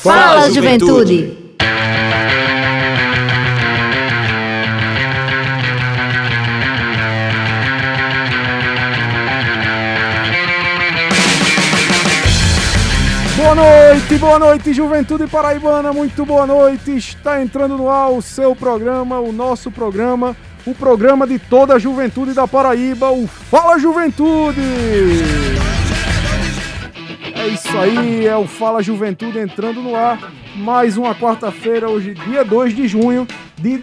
Fala, Juventude! Boa noite, Juventude Paraibana, muito boa noite. Está entrando no ar o seu programa, o nosso programa, o programa de toda a juventude da Paraíba, o Fala Juventude! É isso aí, é o Fala Juventude entrando no ar, mais uma quarta-feira, hoje dia 2 de junho de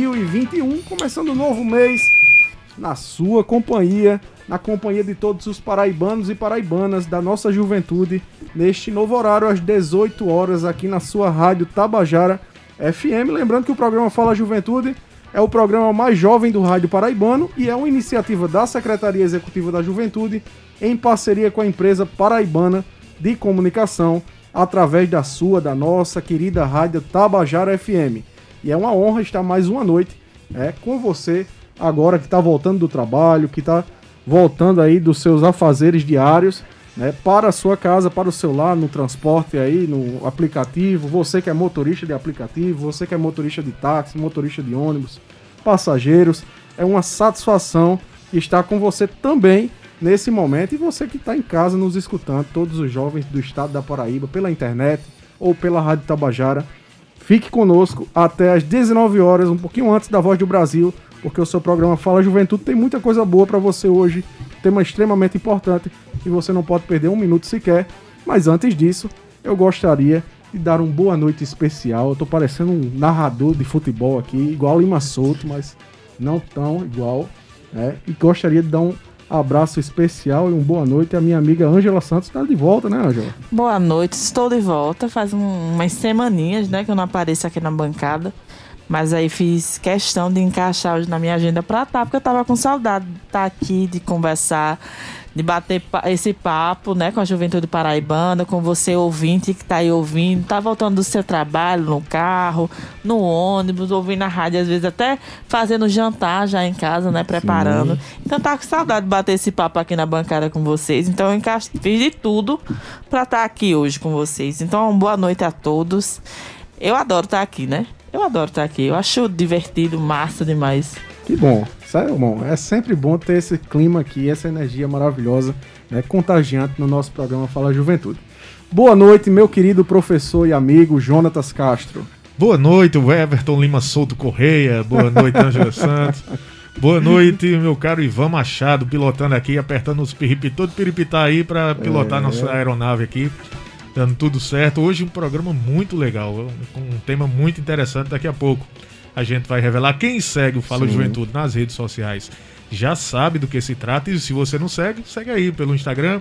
2021, começando um novo mês na sua companhia, na companhia de todos os paraibanos e paraibanas da nossa juventude, neste novo horário às 18 horas aqui na sua rádio Tabajara FM. Lembrando que o programa Fala Juventude é o programa mais jovem do rádio paraibano e é uma iniciativa da Secretaria Executiva da Juventude em parceria com a empresa paraibana de comunicação através da nossa querida rádio Tabajara FM. E é uma honra estar mais uma noite com você agora que está voltando do trabalho, que está voltando aí dos seus afazeres diários, para a sua casa, para o seu lar, no transporte aí, no aplicativo, você que é motorista de aplicativo, você que é motorista de táxi, motorista de ônibus, passageiros, é uma satisfação estar com você também nesse momento, e você que está em casa nos escutando, todos os jovens do estado da Paraíba, pela internet ou pela Rádio Tabajara, fique conosco até às 19 horas, um pouquinho antes da Voz do Brasil, porque o seu programa Fala Juventude tem muita coisa boa para você hoje, tema extremamente importante e você não pode perder um minuto sequer. Mas antes disso, eu gostaria de dar uma boa noite especial. Eu tô parecendo um narrador de futebol aqui, igual Lima Souto, mas não tão igual, e gostaria de dar um abraço especial e uma boa noite à minha amiga Ângela Santos. Tá de volta, né, Ângela? Boa noite, estou de volta. Faz umas semaninhas, que eu não apareço aqui na bancada. Mas aí fiz questão de encaixar hoje na minha agenda pra estar, porque eu tava com saudade de estar aqui, de conversar, de bater esse papo, com a juventude paraibana, com você ouvinte que tá aí ouvindo, tá voltando do seu trabalho, no carro, no ônibus, ouvindo a rádio, às vezes até fazendo jantar já em casa, preparando. Sim. Então tá com saudade de bater esse papo aqui na bancada com vocês. Então eu fiz de tudo pra estar aqui hoje com vocês. Então boa noite a todos. Eu adoro estar aqui, Eu adoro estar aqui, eu acho divertido, massa demais. Que bom, sério, bom. É sempre bom ter esse clima aqui, essa energia maravilhosa, contagiante no nosso programa Fala Juventude. Boa noite, meu querido professor e amigo Jonatas Castro. Boa noite, o Everton Lima Souto Correia. Boa noite, Ângela Santos. Boa noite, meu caro Ivan Machado, pilotando aqui, apertando os todo piripitar aí para pilotar nossa aeronave aqui. Dando tudo certo. Hoje um programa muito legal, com um tema muito interessante. Daqui a pouco a gente vai revelar. Quem segue o Fala Juventude nas redes sociais já sabe do que se trata. E se você não segue, segue aí pelo Instagram,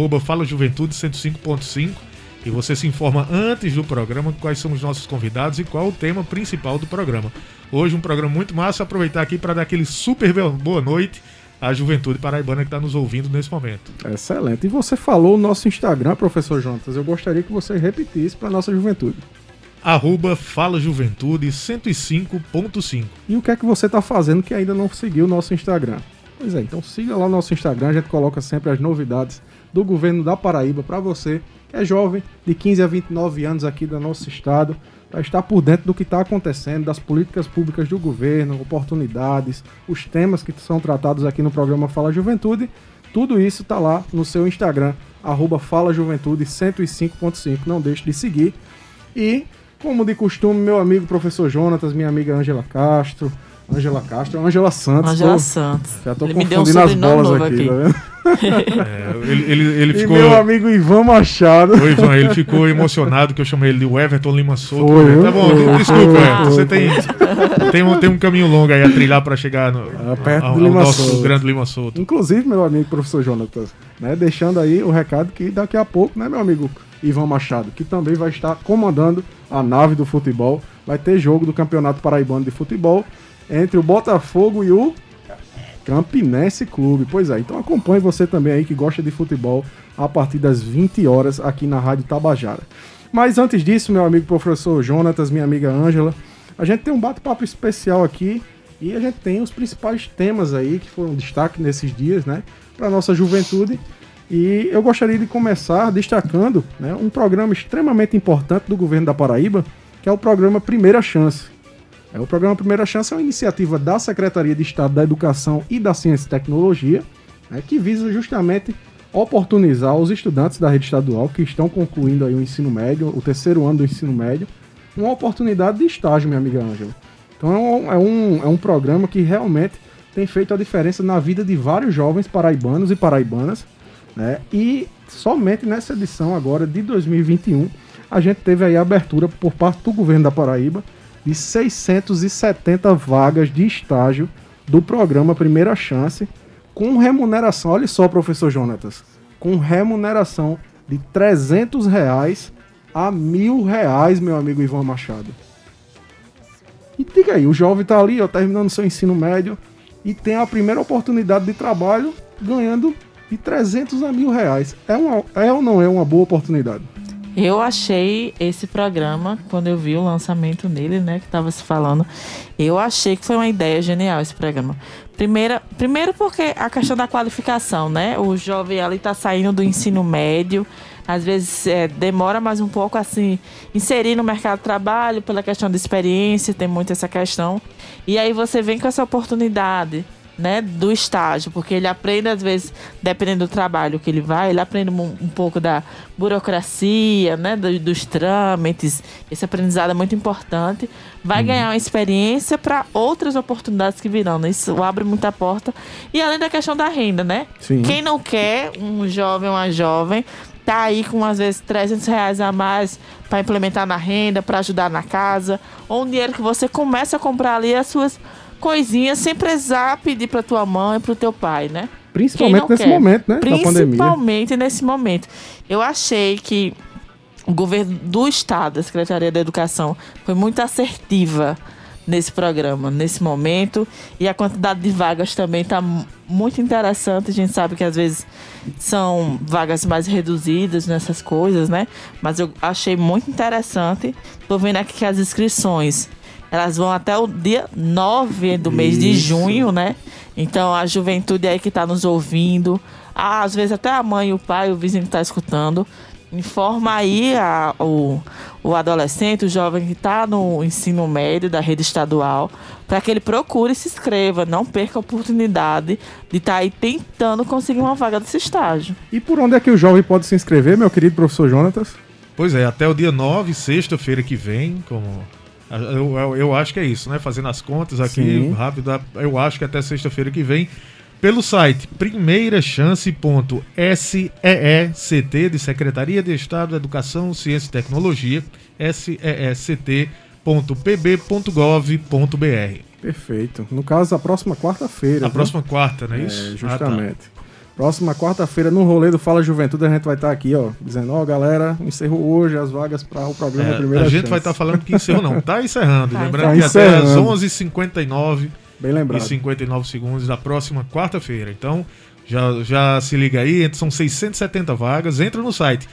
@FalaJuventude105.5. E você se informa antes do programa quais são os nossos convidados e qual o tema principal do programa. Hoje um programa muito massa. Aproveitar aqui para dar aquele super boa noite a juventude paraibana que está nos ouvindo nesse momento. Excelente. E você falou o nosso Instagram, professor Jonatas. Eu gostaria que você repetisse para a nossa juventude. @FalaJuventude105.5. E o que é que você está fazendo que ainda não seguiu o nosso Instagram? Pois é, então siga lá o nosso Instagram. A gente coloca sempre as novidades do governo da Paraíba para você, que é jovem, de 15 a 29 anos aqui do nosso estado, para estar por dentro do que está acontecendo, das políticas públicas do governo, oportunidades, os temas que são tratados aqui no programa Fala Juventude. Tudo isso está lá no seu Instagram, @FalaJuventude105.5. Não deixe de seguir. E, como de costume, meu amigo professor Jonatas, minha amiga Ângela Santos. Já tô confundindo as bolas aqui. Tá vendo? Ele ficou... E meu amigo Ivan Machado. O Ivan, ele ficou emocionado que eu chamei ele de Everton Lima Souto. Tá bom, desculpa, Everton. Você tem um caminho longo aí a trilhar para chegar ao nosso grande Lima Souto. Inclusive, meu amigo professor Jonatas, deixando aí o recado que daqui a pouco, meu amigo Ivan Machado, que também vai estar comandando a nave do futebol, vai ter jogo do Campeonato Paraibano de Futebol entre o Botafogo e o Campinense Clube. Pois é, então acompanhe você também aí que gosta de futebol a partir das 20 horas aqui na Rádio Tabajara. Mas antes disso, meu amigo professor Jonatas, minha amiga Ângela, a gente tem um bate-papo especial aqui e a gente tem os principais temas aí que foram destaque nesses dias, para nossa juventude. E eu gostaria de começar destacando, né, um programa extremamente importante do governo da Paraíba, que é o programa Primeira Chance. O programa Primeira Chance é uma iniciativa da Secretaria de Estado da Educação e da Ciência e Tecnologia, né, que visa justamente oportunizar os estudantes da rede estadual que estão concluindo aí o ensino médio, o terceiro ano do ensino médio, uma oportunidade de estágio, minha amiga Ângela. Então é um programa que realmente tem feito a diferença na vida de vários jovens paraibanos e paraibanas, né? E somente nessa edição agora de 2021, a gente teve aí a abertura por parte do governo da Paraíba de 670 vagas de estágio do programa Primeira Chance, com remuneração, olha só, professor Jonatas, com remuneração de R$300 a R$1.000, meu amigo Ivan Machado. E diga aí, o jovem tá ali, ó, terminando seu ensino médio e tem a primeira oportunidade de trabalho ganhando de R$300 a R$1.000. É ou não é uma boa oportunidade? Eu achei esse programa, quando eu vi o lançamento nele, né, que tava se falando, eu achei que foi uma ideia genial esse programa. Primeiro porque a questão da qualificação, né? O jovem ali tá saindo do ensino médio, às vezes demora mais um pouco assim, inserir no mercado de trabalho pela questão de experiência, tem muito essa questão. E aí você vem com essa oportunidade, né, do estágio, porque ele aprende, às vezes, dependendo do trabalho que ele vai, ele aprende um pouco da burocracia, né, dos trâmites. Esse aprendizado é muito importante. Vai ganhar uma experiência para outras oportunidades que virão, né? Isso abre muita porta. E além da questão da renda, né? Sim. Quem não quer, um jovem ou uma jovem, tá aí com, às vezes, R$300 a mais para implementar na renda, para ajudar na casa, ou um dinheiro que você começa a comprar ali as suas coisinhas sem precisar pedir pra tua mãe e pro teu pai, né? Principalmente nesse momento, né? Da pandemia. Principalmente nesse momento. Eu achei que o governo do Estado, a Secretaria da Educação, foi muito assertiva nesse programa, nesse momento. E a quantidade de vagas também tá muito interessante. A gente sabe que às vezes são vagas mais reduzidas nessas coisas, né? Mas eu achei muito interessante. Tô vendo aqui que as inscrições, elas vão até o dia 9 do mês de junho, né? Então, a juventude aí que tá nos ouvindo, às vezes até a mãe, o pai, o vizinho que tá escutando, informa aí o adolescente, o jovem que tá no ensino médio da rede estadual, para que ele procure e se inscreva. Não perca a oportunidade de estar aí tentando conseguir uma vaga desse estágio. E por onde é que o jovem pode se inscrever, meu querido professor Jonatas? Pois é, até o dia 9, sexta-feira que vem, como... Eu acho que é isso, né? Fazendo as contas aqui, sim, rápido, eu acho que até sexta-feira que vem, pelo site primeirachance.seect, de Secretaria de Estado da Educação, Ciência e Tecnologia, seect.pb.gov.br. Perfeito. No caso, a próxima quarta-feira. Próxima quarta, não é isso? Justamente. Próxima quarta-feira, no rolê do Fala Juventude, a gente vai estar aqui, ó, dizendo, ó, galera, encerrou hoje as vagas para o programa Primeira Chance. A gente vai estar falando que encerrou, não, tá encerrando. Lembrando que até às 11h59 e 59 segundos da próxima quarta-feira. Então, já se liga aí, são 670 vagas, entra no site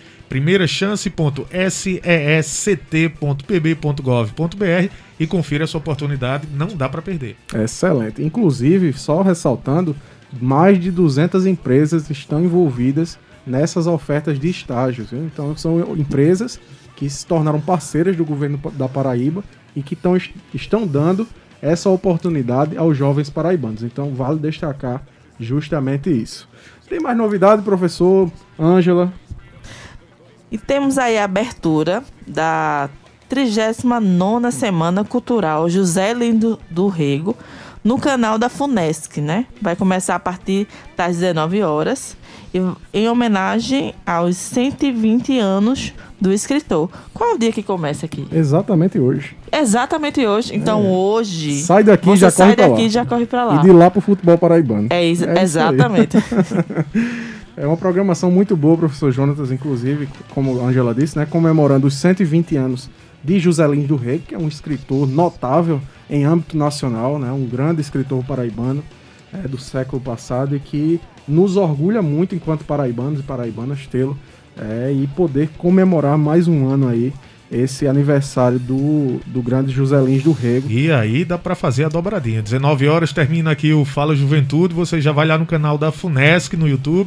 primeirachance.seect.pb.gov.br e confira essa oportunidade, não dá para perder. Excelente. Inclusive, só ressaltando, mais de 200 empresas estão envolvidas nessas ofertas de estágios, viu? Então são empresas que se tornaram parceiras do governo da Paraíba e que estão dando essa oportunidade aos jovens paraibanos. Então vale destacar justamente isso. Tem mais novidade, professor Ângela? E temos aí a abertura da 39ª Semana Cultural José Lindo do Rego, no canal da FUNESC, né? Vai começar a partir das 19 horas, em homenagem aos 120 anos do escritor. Qual é o dia que começa aqui? Exatamente hoje. Exatamente hoje. Então hoje... Sai daqui e já corre pra lá. Já corre pra lá. E de lá pro futebol paraibano. Exatamente. É uma programação muito boa, professor Jonatas, inclusive, como a Ângela disse, né? Comemorando os 120 anos de José Lins do Rego, que é um escritor notável em âmbito nacional, né? Um grande escritor paraibano do século passado e que nos orgulha muito enquanto paraibanos e paraibanas tê-lo e poder comemorar mais um ano aí esse aniversário do grande José Lins do Rego. E aí dá para fazer a dobradinha. 19 horas termina aqui o Fala Juventude, você já vai lá no canal da FUNESC no YouTube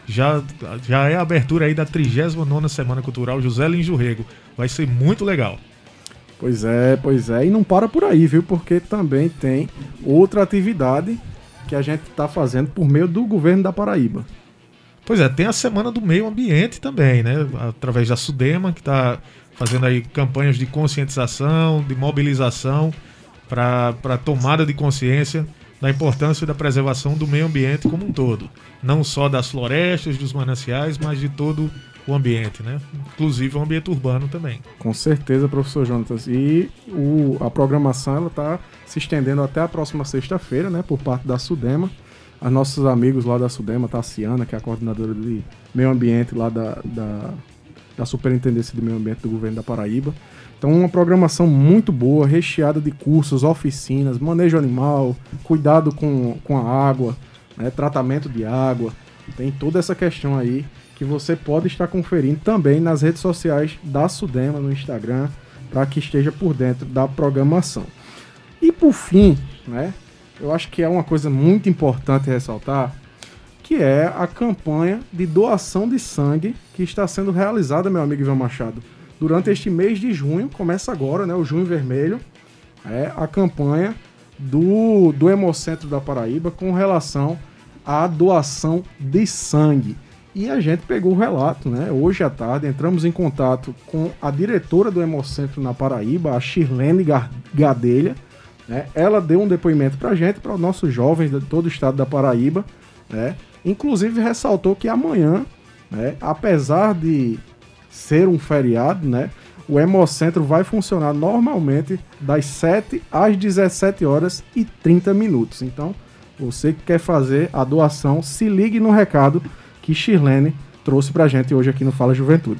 já é a abertura aí da 39ª Semana Cultural José Lins do Rego. Vai ser muito legal. Pois é. E não para por aí, viu? Porque também tem outra atividade que a gente está fazendo por meio do governo da Paraíba. Pois é, tem a Semana do Meio Ambiente também, né? Através da SUDEMA, que está fazendo aí campanhas de conscientização, de mobilização para tomada de consciência da importância da preservação do meio ambiente como um todo. Não só das florestas, dos mananciais, mas de todo o ambiente, né? Inclusive o ambiente urbano também. Com certeza, professor Jonatas. E a programação está se estendendo até a próxima sexta-feira, né? Por parte da SUDEMA. Os nossos amigos lá da SUDEMA, Tassiana, que é a coordenadora de meio ambiente lá da Superintendência de Meio Ambiente do Governo da Paraíba. Então, uma programação muito boa, recheada de cursos, oficinas, manejo animal, cuidado com a água, né, tratamento de água. Tem toda essa questão aí que você pode estar conferindo também nas redes sociais da SUDEMA, no Instagram, para que esteja por dentro da programação. E por fim, né, eu acho que é uma coisa muito importante ressaltar, que é a campanha de doação de sangue que está sendo realizada, meu amigo Ivan Machado. Durante este mês de junho, começa agora, né, o Junho Vermelho, a campanha do Hemocentro da Paraíba com relação à doação de sangue. E a gente pegou o relato, né? Hoje à tarde entramos em contato com a diretora do Hemocentro na Paraíba, a Shirlene Gadelha, né? Ela deu um depoimento para a gente, para os nossos jovens de todo o estado da Paraíba, né? Inclusive ressaltou que amanhã, né, apesar de ser um feriado, né, o Hemocentro vai funcionar normalmente das 7 às 17 horas e 30 minutos. Então, você que quer fazer a doação, se ligue no recado que Shirlene trouxe pra gente hoje aqui no Fala Juventude.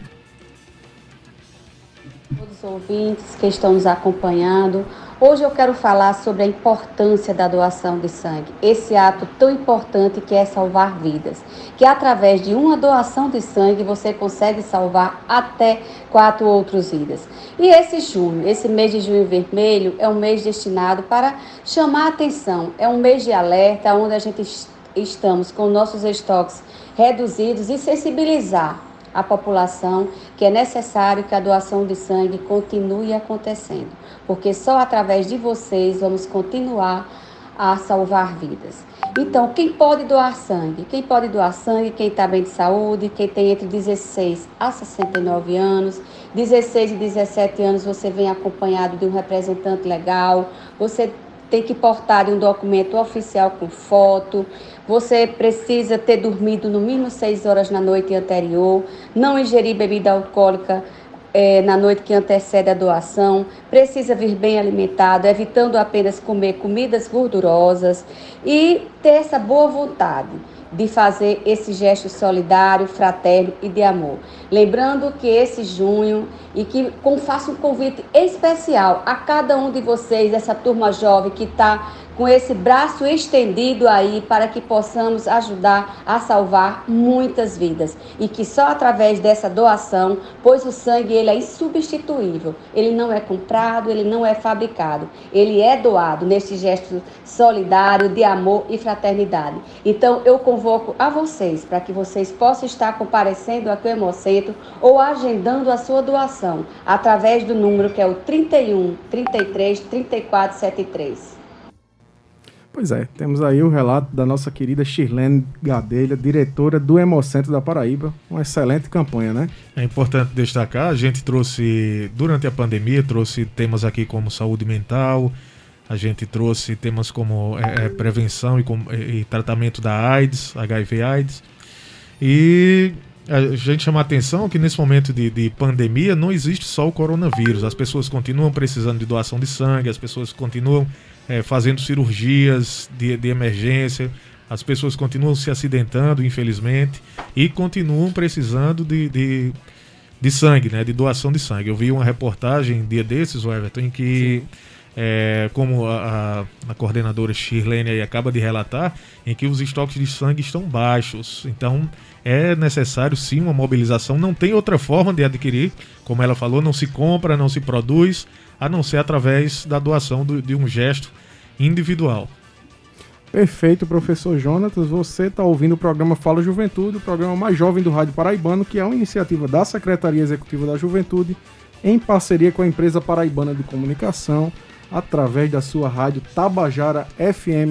Todos os ouvintes que estão nos acompanhando, hoje eu quero falar sobre a importância da doação de sangue, esse ato tão importante que é salvar vidas, que através de uma doação de sangue você consegue salvar até 4 outras vidas. E esse mês de junho vermelho, é um mês destinado para chamar a atenção, é um mês de alerta onde a gente estamos com nossos estoques reduzidos e sensibilizar a população que é necessário que a doação de sangue continue acontecendo, porque só através de vocês vamos continuar a salvar vidas. Então, quem pode doar sangue? Quem pode doar sangue? Quem está bem de saúde, quem tem entre 16 a 69 anos, 16 e 17 anos você vem acompanhado de um representante legal, você tem que portar um documento oficial com foto, você precisa ter dormido no mínimo 6 horas na noite anterior, não ingerir bebida alcoólica na noite que antecede a doação, precisa vir bem alimentado, evitando apenas comer comidas gordurosas e ter essa boa vontade de fazer esse gesto solidário, fraterno e de amor. Lembrando que esse junho, e que faço um convite especial a cada um de vocês, essa turma jovem que está com esse braço estendido aí para que possamos ajudar a salvar muitas vidas. E que só através dessa doação, pois o sangue ele é insubstituível, ele não é comprado, ele não é fabricado, ele é doado nesse gesto solidário de amor e fraternidade. Então eu convoco a vocês para que vocês possam estar comparecendo aqui ao Hemocentro ou agendando a sua doação através do número que é o 31 33 34 73. Pois é, temos aí o relato da nossa querida Shirlene Gadelha, diretora do Hemocentro da Paraíba. Uma excelente campanha, né? É importante destacar, a gente trouxe, durante a pandemia, trouxe temas aqui como saúde mental, a gente trouxe temas como prevenção e tratamento da AIDS, HIV/AIDS. E a gente chama a atenção que nesse momento de pandemia não existe só o coronavírus. As pessoas continuam precisando de doação de sangue, as pessoas continuam fazendo cirurgias de emergência, as pessoas continuam se acidentando, infelizmente, e continuam precisando de sangue, né, de doação de sangue. Eu vi uma reportagem um dia desses, Everton, em que, como a coordenadora Shirlene aí acaba de relatar, em que os estoques de sangue estão baixos. Então, é necessário sim uma mobilização. Não tem outra forma de adquirir, como ela falou, não se compra, não se produz, a não ser através da doação de um gesto individual. Perfeito, professor Jonatas. Você está ouvindo o programa Fala Juventude, o programa mais jovem do Rádio Paraibano, que é uma iniciativa da Secretaria Executiva da Juventude, em parceria com a empresa paraibana de comunicação, através da sua rádio Tabajara FM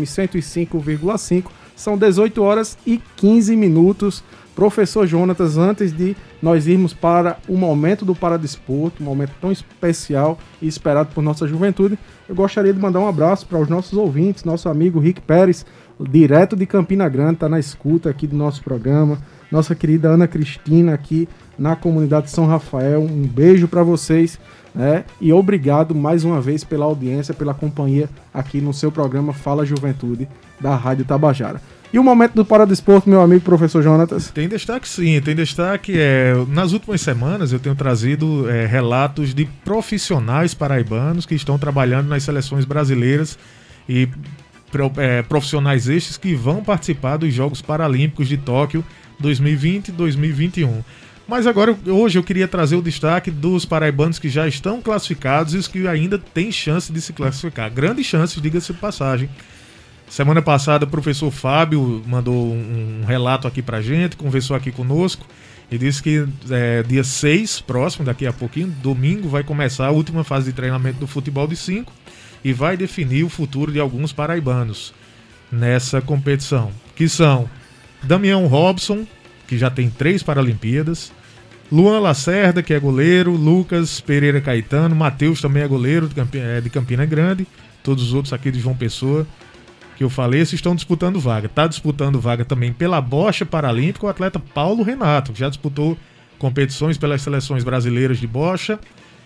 105,5. São 18 horas e 15 minutos. Professor Jonatas, antes de nós irmos para o momento do Paradesporto, um momento tão especial e esperado por nossa juventude, eu gostaria de mandar um abraço para os nossos ouvintes, nosso amigo Rick Pérez, direto de Campina Grande, está na escuta aqui do nosso programa, nossa querida Ana Cristina aqui na comunidade São Rafael, um beijo para vocês, né? E obrigado mais uma vez pela audiência, pela companhia aqui no seu programa Fala Juventude da Rádio Tabajara. E o momento do Paradesporto, meu amigo professor Jonatas? Tem destaque sim, tem destaque. Nas últimas semanas eu tenho trazido relatos de profissionais paraibanos que estão trabalhando nas seleções brasileiras e profissionais estes que vão participar dos Jogos Paralímpicos de Tóquio 2020 e 2021. Mas agora, hoje eu queria trazer o destaque dos paraibanos que já estão classificados e os que ainda têm chance de se classificar. Grandes chances, diga-se de passagem. Semana passada o professor Fábio mandou um relato aqui pra gente, conversou aqui conosco e disse que dia 6, próximo, daqui a pouquinho, domingo, vai começar a última fase de treinamento do futebol de 5 e vai definir o futuro de alguns paraibanos nessa competição, que são Damião Robson, que já tem 3 Paralimpíadas, Luan Lacerda, que é goleiro, Lucas Pereira Caetano, Matheus também é goleiro de Campina Grande, todos os outros aqui de João Pessoa, que eu falei, esses estão disputando vaga. Está disputando vaga também pela bocha paralímpica o atleta Paulo Renato, que já disputou competições pelas seleções brasileiras de bocha,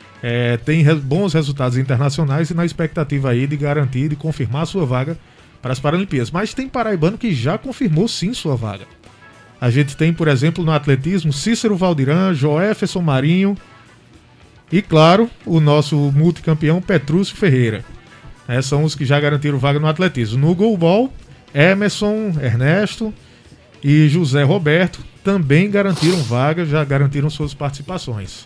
tem bons resultados internacionais e na expectativa aí de garantir, de confirmar sua vaga para as Paralimpíadas. Mas tem paraibano que já confirmou sim sua vaga. A gente tem, por exemplo, no atletismo, Cícero Valdiran, Joéferson Marinho e, claro, o nosso multicampeão Petrúcio Ferreira. São os que já garantiram vaga no atletismo. No goalball, Emerson, Ernesto e José Roberto também garantiram vaga, já garantiram suas participações.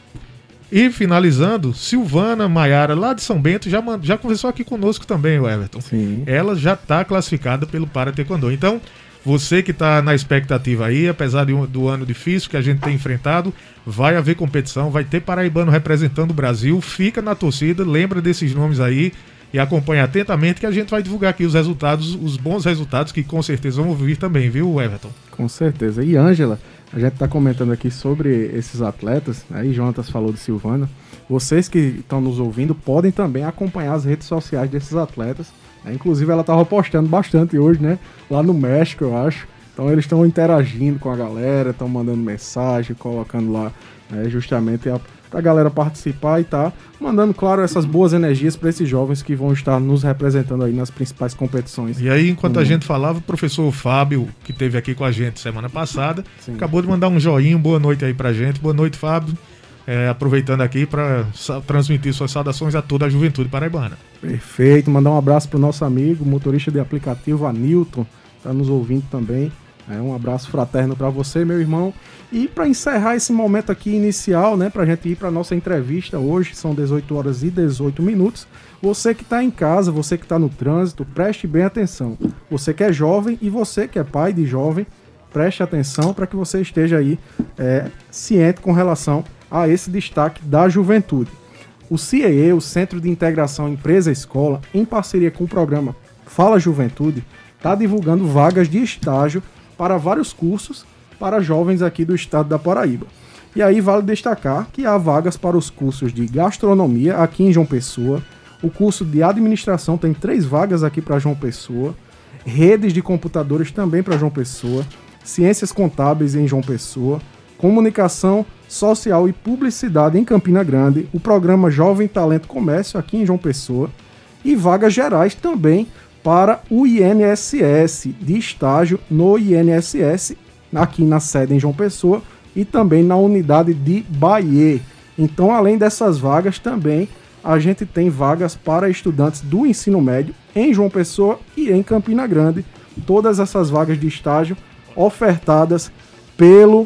E finalizando, Silvana Maiara, lá de São Bento, já conversou aqui conosco também, o Everton. Sim. Ela já está classificada pelo Para-Taekwondo. Então, você que está na expectativa aí, apesar do ano difícil que a gente tem enfrentado, vai haver competição, vai ter paraibano representando o Brasil, fica na torcida, lembra desses nomes aí, e acompanha atentamente que a gente vai divulgar aqui os resultados, os bons resultados que com certeza vão vir também, viu, Everton? Com certeza. E Ângela, a gente está comentando aqui sobre esses atletas, aí Jonatas falou de Silvana. Vocês que estão nos ouvindo podem também acompanhar as redes sociais desses atletas. Inclusive ela estava postando bastante hoje, né? Lá no México, eu acho. Então eles estão interagindo com a galera, estão mandando mensagem, colocando lá justamente pra galera participar e tá mandando, claro, essas boas energias para esses jovens que vão estar nos representando aí nas principais competições. E aí, enquanto a gente falava, o professor Fábio, que esteve aqui com a gente semana passada, sim, acabou de mandar um joinha, boa noite aí pra gente. Boa noite, Fábio. Aproveitando aqui para transmitir suas saudações a toda a juventude paraibana. Perfeito, mandar um abraço pro nosso amigo, motorista de aplicativo, Anilton, tá nos ouvindo também. Um abraço fraterno para você, meu irmão. E para encerrar esse momento aqui inicial, né, pra gente ir para nossa entrevista hoje, são 18 horas e 18 minutos. Você que está em casa, você que está no trânsito, preste bem atenção. Você que é jovem e você que é pai de jovem, preste atenção para que você esteja aí ciente com relação a esse destaque da juventude. O CIEE, o Centro de Integração Empresa-Escola, em parceria com o programa Fala Juventude, está divulgando vagas de estágio para vários cursos para jovens aqui do estado da Paraíba. E aí vale destacar que há vagas para os cursos de gastronomia aqui em João Pessoa, o curso de administração tem 3 vagas aqui para João Pessoa, redes de computadores também para João Pessoa, ciências contábeis em João Pessoa, comunicação social e publicidade em Campina Grande, o programa Jovem Talento Comércio aqui em João Pessoa e vagas gerais também para o INSS, de estágio no INSS, aqui na sede em João Pessoa e também na unidade de Bahia. Então, além dessas vagas, também a gente tem vagas para estudantes do ensino médio em João Pessoa e em Campina Grande. Todas essas vagas de estágio ofertadas pelo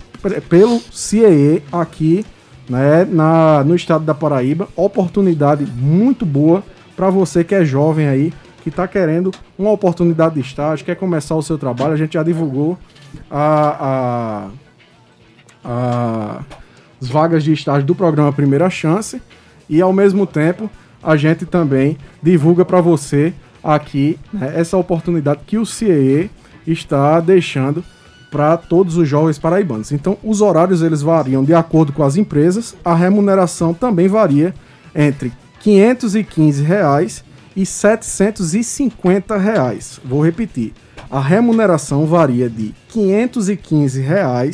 CIEE aqui, né, no estado da Paraíba. Oportunidade muito boa para você que é jovem aí, que está querendo uma oportunidade de estágio, quer começar o seu trabalho, a gente já divulgou as vagas de estágio do programa Primeira Chance e, ao mesmo tempo, a gente também divulga para você aqui, né, essa oportunidade que o CIEE está deixando para todos os jovens paraibanos. Então, os horários eles variam de acordo com as empresas, a remuneração também varia entre R$ 515 e R$ 750. Vou repetir, a remuneração varia de R$ 515 e R$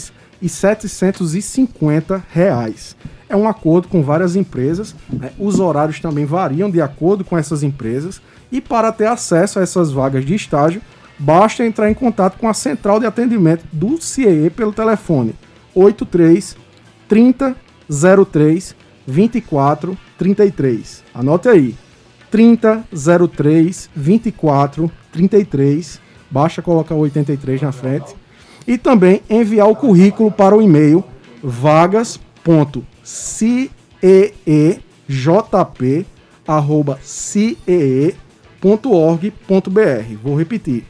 750. É um acordo com várias empresas, né? Os horários também variam de acordo com essas empresas e para ter acesso a essas vagas de estágio, basta entrar em contato com a central de atendimento do CIEE pelo telefone 83 30 03 24 33. Anote aí, 30 03 24 33. Basta colocar o 83 na frente. E também enviar o currículo para o e-mail vagas.ciejp@ciee.org.br. Vou repetir,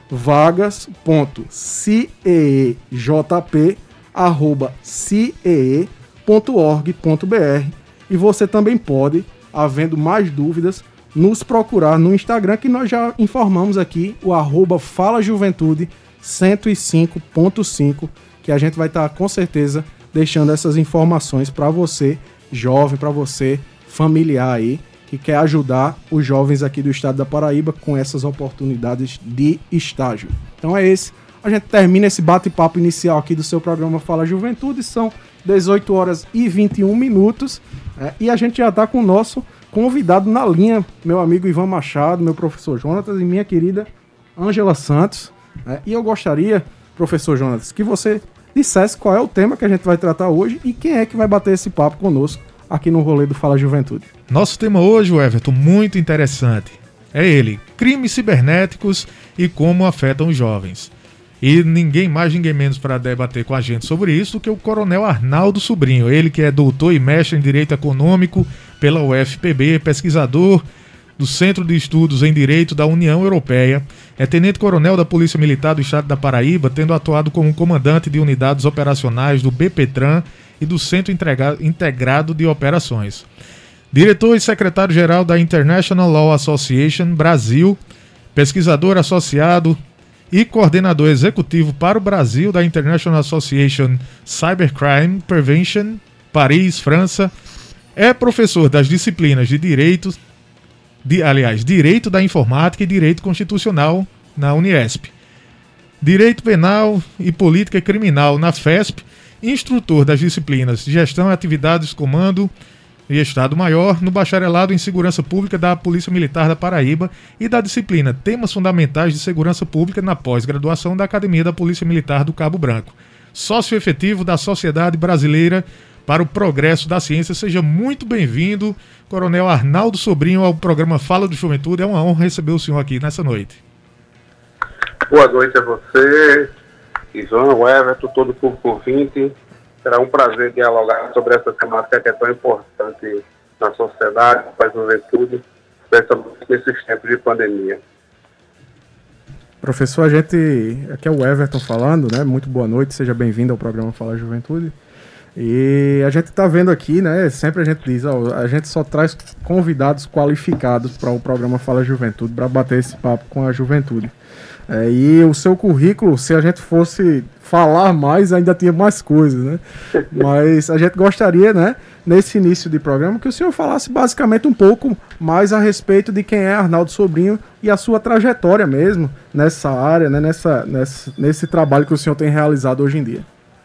vagas.ciejp@ciee.org.br. E você também pode, havendo mais dúvidas, nos procurar no Instagram, que nós já informamos aqui, o @falajuventude 105.5, que a gente vai estar com certeza deixando essas informações para você, jovem, para você, familiar aí, que quer ajudar os jovens aqui do estado da Paraíba com essas oportunidades de estágio. Então é esse. A gente termina esse bate-papo inicial aqui do seu programa Fala Juventude. São 18 horas e 21 minutos. E a gente já está com o nosso convidado na linha, meu amigo Ivan Machado, meu professor Jonatas e minha querida Ângela Santos. E eu gostaria, professor Jonatas, que você dissesse qual é o tema que a gente vai tratar hoje e quem é que vai bater esse papo conosco aqui no rolê do Fala Juventude. Nosso tema hoje, Everton, muito interessante. É ele, crimes cibernéticos e como afetam os jovens. E ninguém mais, ninguém menos para debater com a gente sobre isso do que o Coronel Arnaldo Sobrinho. Ele que é doutor e mestre em Direito Econômico pela UFPB, pesquisador do Centro de Estudos em Direito da União Europeia, é tenente-coronel da Polícia Militar do Estado da Paraíba, tendo atuado como comandante de unidades operacionais do BPTran e do Centro Integrado de Operações. Diretor e secretário-geral da International Law Association Brasil, pesquisador associado e coordenador executivo para o Brasil da International Association Cybercrime Prevention, Paris, França, é professor das disciplinas de Direito da Informática e Direito Constitucional na Uniesp, Direito Penal e Política Criminal na FESP, instrutor das disciplinas de Gestão e Atividades Comando e Estado-Maior no Bacharelado em Segurança Pública da Polícia Militar da Paraíba e da disciplina Temas Fundamentais de Segurança Pública na pós-graduação da Academia da Polícia Militar do Cabo Branco. Sócio efetivo da Sociedade Brasileira para o Progresso da Ciência. Seja muito bem-vindo, Coronel Arnaldo Sobrinho, ao programa Fala do Juventude. É uma honra receber o senhor aqui nessa noite. Boa noite a você, Ivan, o Everton, todo o público ouvinte. Será um prazer dialogar sobre essa temática que é tão importante na sociedade, para a juventude, nesses tempos de pandemia. Professor, aqui é o Everton falando, né? Muito boa noite, seja bem-vindo ao programa Fala Juventude. E a gente está vendo aqui, né? Sempre a gente diz, a gente só traz convidados qualificados para o programa Fala Juventude, para bater esse papo com a juventude. E o seu currículo, se a gente fosse falar mais, ainda tinha mais coisas, né? Mas a gente gostaria, né, nesse início de programa, que o senhor falasse basicamente um pouco mais a respeito de quem é Arnaldo Sobrinho e a sua trajetória mesmo nessa área, né, nesse trabalho que o senhor tem realizado hoje em dia.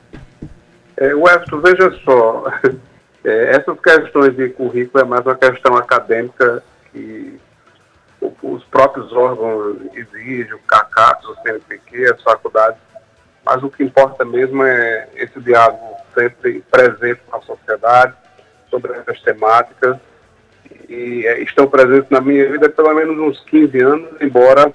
Everton, veja só, essas questões de currículo é mais uma questão acadêmica que os próprios órgãos exigem, o CACAPES, o CNPq, as faculdades, mas o que importa mesmo é esse diálogo sempre presente na sociedade sobre essas temáticas, e estão presentes na minha vida há pelo menos uns 15 anos, embora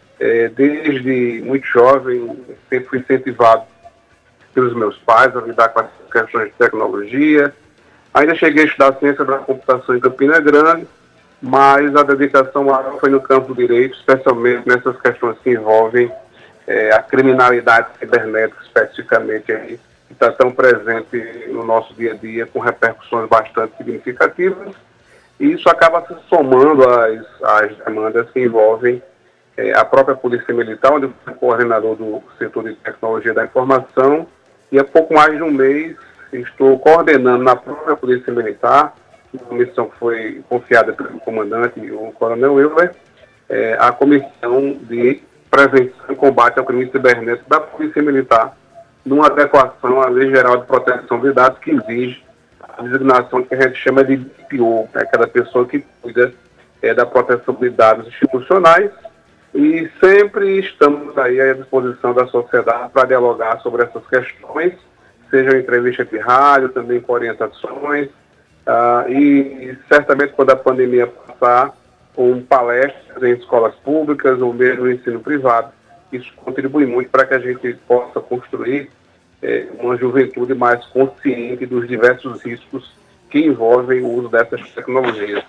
desde muito jovem sempre fui incentivado pelos meus pais a lidar com essas questões de tecnologia. Ainda cheguei a estudar ciência da computação em Campina Grande, mas a dedicação maior foi no campo do direito, especialmente nessas questões que envolvem a criminalidade cibernética, especificamente, aí, que está tão presente no nosso dia a dia, com repercussões bastante significativas, e isso acaba se somando às demandas que envolvem a própria Polícia Militar, onde eu fui coordenador do setor de tecnologia da informação, e há pouco mais de um mês estou coordenando na própria Polícia Militar, uma missão que foi confiada pelo comandante, o Coronel Euler, a Comissão de Prevenção e Combate ao Crime Cibernético da Polícia Militar, numa adequação à Lei Geral de Proteção de Dados, que exige a designação que a gente chama de DPO, aquela pessoa que cuida da proteção de dados institucionais, e sempre estamos aí à disposição da sociedade para dialogar sobre essas questões, seja em entrevista de rádio, também com orientações, e certamente quando a pandemia passar, com palestras em escolas públicas ou mesmo no ensino privado, isso contribui muito para que a gente possa construir uma juventude mais consciente dos diversos riscos que envolvem o uso dessas tecnologias.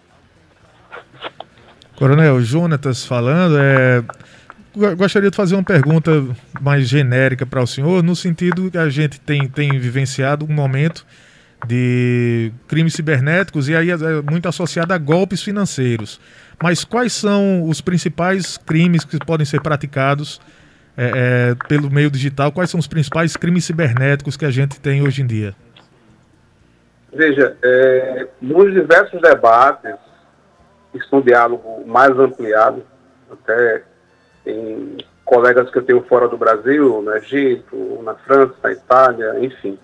Coronel, Jonatas falando, gostaria de fazer uma pergunta mais genérica para o senhor, no sentido que a gente tem vivenciado um momento de crimes cibernéticos e aí é muito associado a golpes financeiros. Mas quais são os principais crimes que podem ser praticados pelo meio digital? Quais são os principais crimes cibernéticos que a gente tem hoje em dia? Veja, nos diversos debates, isso é um diálogo mais ampliado, até em colegas que eu tenho fora do Brasil, no Egito, na França, na Itália, enfim.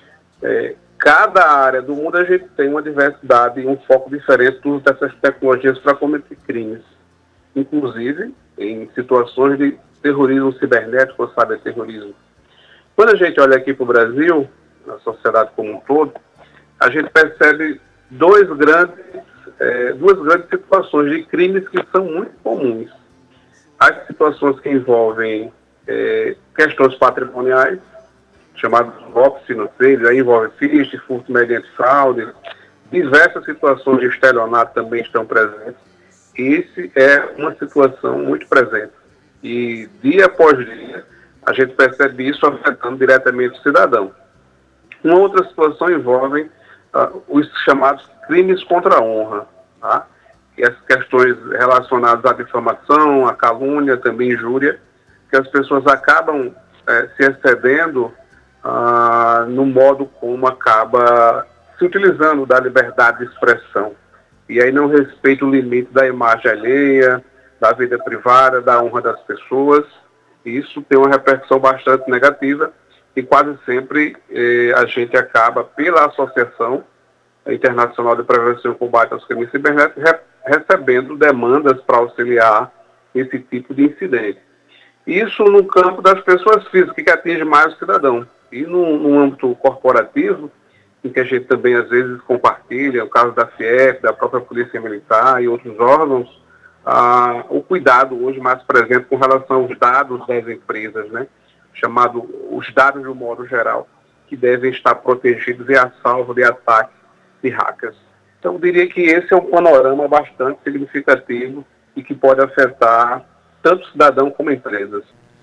Cada área do mundo a gente tem uma diversidade e um foco diferente do uso dessas tecnologias para cometer crimes. Inclusive em situações de terrorismo cibernético ou cyberterrorismo. Quando a gente olha aqui para o Brasil, na sociedade como um todo, a gente percebe duas grandes situações de crimes que são muito comuns. As situações que envolvem questões patrimoniais, chamados golpes financeiros, aí envolve phishing, furto mediante fraude, diversas situações de estelionato também estão presentes. Esse é uma situação muito presente. E dia após dia, a gente percebe isso afetando diretamente o cidadão. Uma outra situação envolve os chamados crimes contra a honra, tá? E as questões relacionadas à difamação, à calúnia, também injúria, que as pessoas acabam se excedendo no modo como acaba se utilizando da liberdade de expressão. E aí não respeita o limite da imagem alheia, da vida privada, da honra das pessoas. E isso tem uma repercussão bastante negativa e quase sempre a gente acaba, pela Associação Internacional de Prevenção e Combate aos Crimes Cibernéticos, recebendo demandas para auxiliar esse tipo de incidente. Isso no campo das pessoas físicas, que atinge mais o cidadão. E no âmbito corporativo, em que a gente também às vezes compartilha, o caso da FIEP, da própria Polícia Militar e outros órgãos, o cuidado hoje mais presente com relação aos dados das empresas, né? Chamado os dados de um modo geral, que devem estar protegidos e a salvo de ataques de hackers. Então, eu diria que esse é um panorama bastante significativo e que pode afetar tanto cidadão como empresas.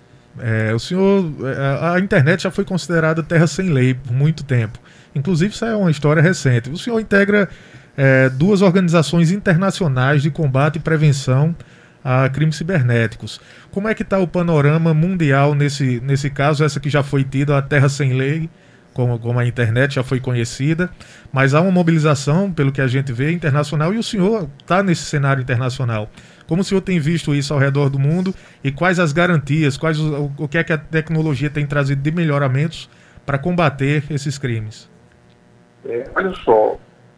O senhor, a internet já foi considerada terra sem lei por muito tempo. Inclusive, isso é uma história recente. O senhor integra duas organizações internacionais de combate e prevenção a crimes cibernéticos. Como é que está o panorama mundial nesse caso? Essa que já foi tida, a terra sem lei, como a internet já foi conhecida, mas há uma mobilização, pelo que a gente vê, internacional, e o senhor está nesse cenário internacional. Como o senhor tem visto isso ao redor do mundo e quais as garantias, o que é que a tecnologia tem trazido de melhoramentos para combater esses crimes? Olha só,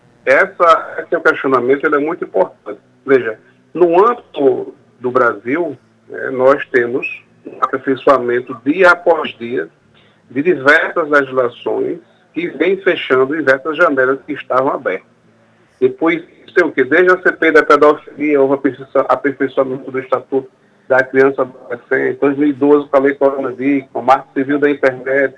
esse questionamento ele é muito importante. Veja, no âmbito do Brasil, nós temos um aperfeiçoamento dia após dia de diversas legislações que vêm fechando diversas janelas que estavam abertas. Depois, sei o que, desde a CPI da pedofilia, houve aperfeiçoamento do Estatuto da Criança e Adolescente, em 2012 com a Lei Coronavírus, com o Marco Civil da Internet,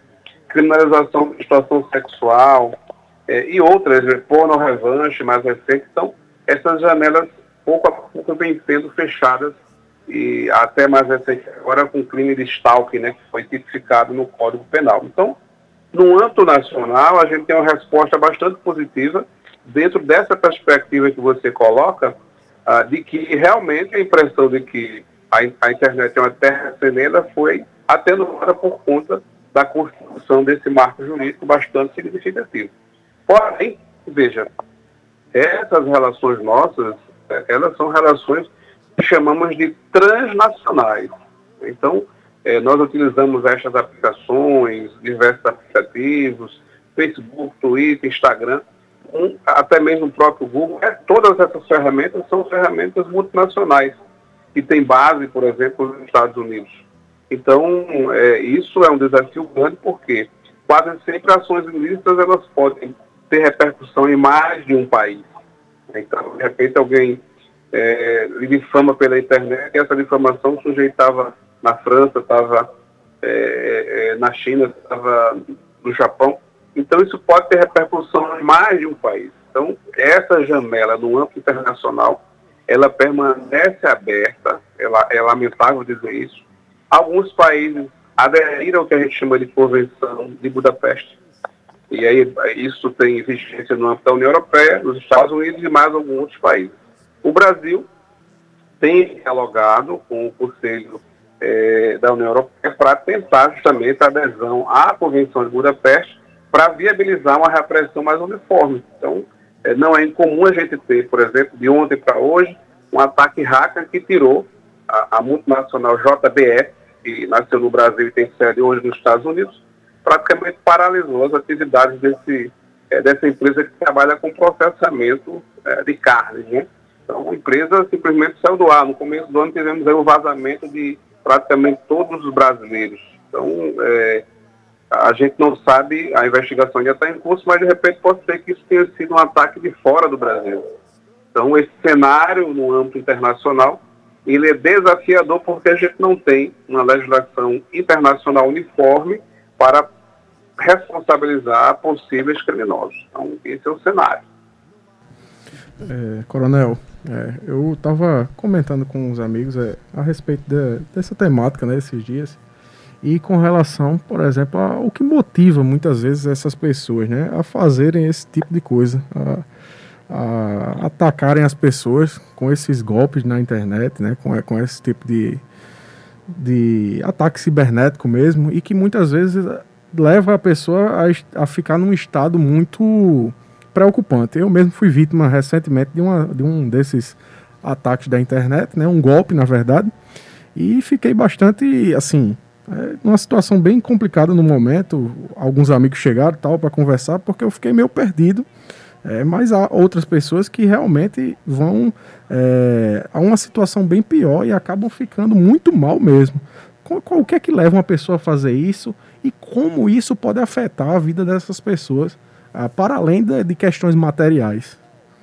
criminalização de situação sexual e outras, porno revanche mais recente. Então, essas janelas pouco a pouco vêm sendo fechadas, e até mais recente agora com o crime de stalking, né, que foi tipificado no Código Penal. Então, no âmbito nacional, a gente tem uma resposta bastante positiva dentro dessa perspectiva que você coloca, de que realmente a impressão de que a internet é uma terra sem lei foi atenuada por conta da construção desse marco jurídico bastante significativo. Porém, veja, essas relações nossas, elas são relações que chamamos de transnacionais. Então, nós utilizamos estas aplicações, diversos aplicativos, Facebook, Twitter, Instagram, até mesmo o próprio Google. Todas essas ferramentas são ferramentas multinacionais, que têm base, por exemplo, nos Estados Unidos. Então, isso é um desafio grande, porque quase sempre ações ilícitas elas podem ter repercussão em mais de um país. Então, de repente, alguém lhe difama pela internet, e essa difamação sujeitava na França, estava na China, estava no Japão. Então, isso pode ter repercussão em mais de um país. Então, essa janela no âmbito internacional, ela permanece aberta, é lamentável dizer isso. Alguns países aderiram ao que a gente chama de Convenção de Budapeste, e aí isso tem vigência no âmbito da União Europeia, nos Estados Unidos e mais alguns outros países. O Brasil tem dialogado com o Conselho da União Europeia para tentar justamente a adesão à Convenção de Budapeste para viabilizar uma repressão mais uniforme. Então, não é incomum a gente ter, por exemplo, de ontem para hoje, um ataque hacker que tirou a multinacional JBS, que nasceu no Brasil e tem sede hoje nos Estados Unidos, praticamente paralisou as atividades dessa empresa que trabalha com processamento de carne, né? Então, a empresa simplesmente saiu do ar. No começo do ano tivemos aí um vazamento de praticamente todos os brasileiros. Então, a gente não sabe, a investigação ainda está em curso, mas de repente pode ser que isso tenha sido um ataque de fora do Brasil. Então, esse cenário no âmbito internacional, ele é desafiador porque a gente não tem uma legislação internacional uniforme para responsabilizar possíveis criminosos. Então, esse é o cenário. Coronel, eu estava comentando com uns amigos a respeito dessa temática, né, esses dias, e com relação, por exemplo, ao que motiva muitas vezes essas pessoas, né, a fazerem esse tipo de coisa, a atacarem as pessoas com esses golpes na internet, né, com esse tipo de ataque cibernético mesmo, e que muitas vezes leva a pessoa a ficar num estado muito preocupante. Eu mesmo fui vítima recentemente de um desses ataques da internet, né, um golpe na verdade, e fiquei bastante assim, numa situação bem complicada no momento. Alguns amigos chegaram tal para conversar porque eu fiquei meio perdido, mas há outras pessoas que realmente vão a uma situação bem pior e acabam ficando muito mal mesmo. O que é que leva uma pessoa a fazer isso e como isso pode afetar a vida dessas pessoas, para além de questões materiais?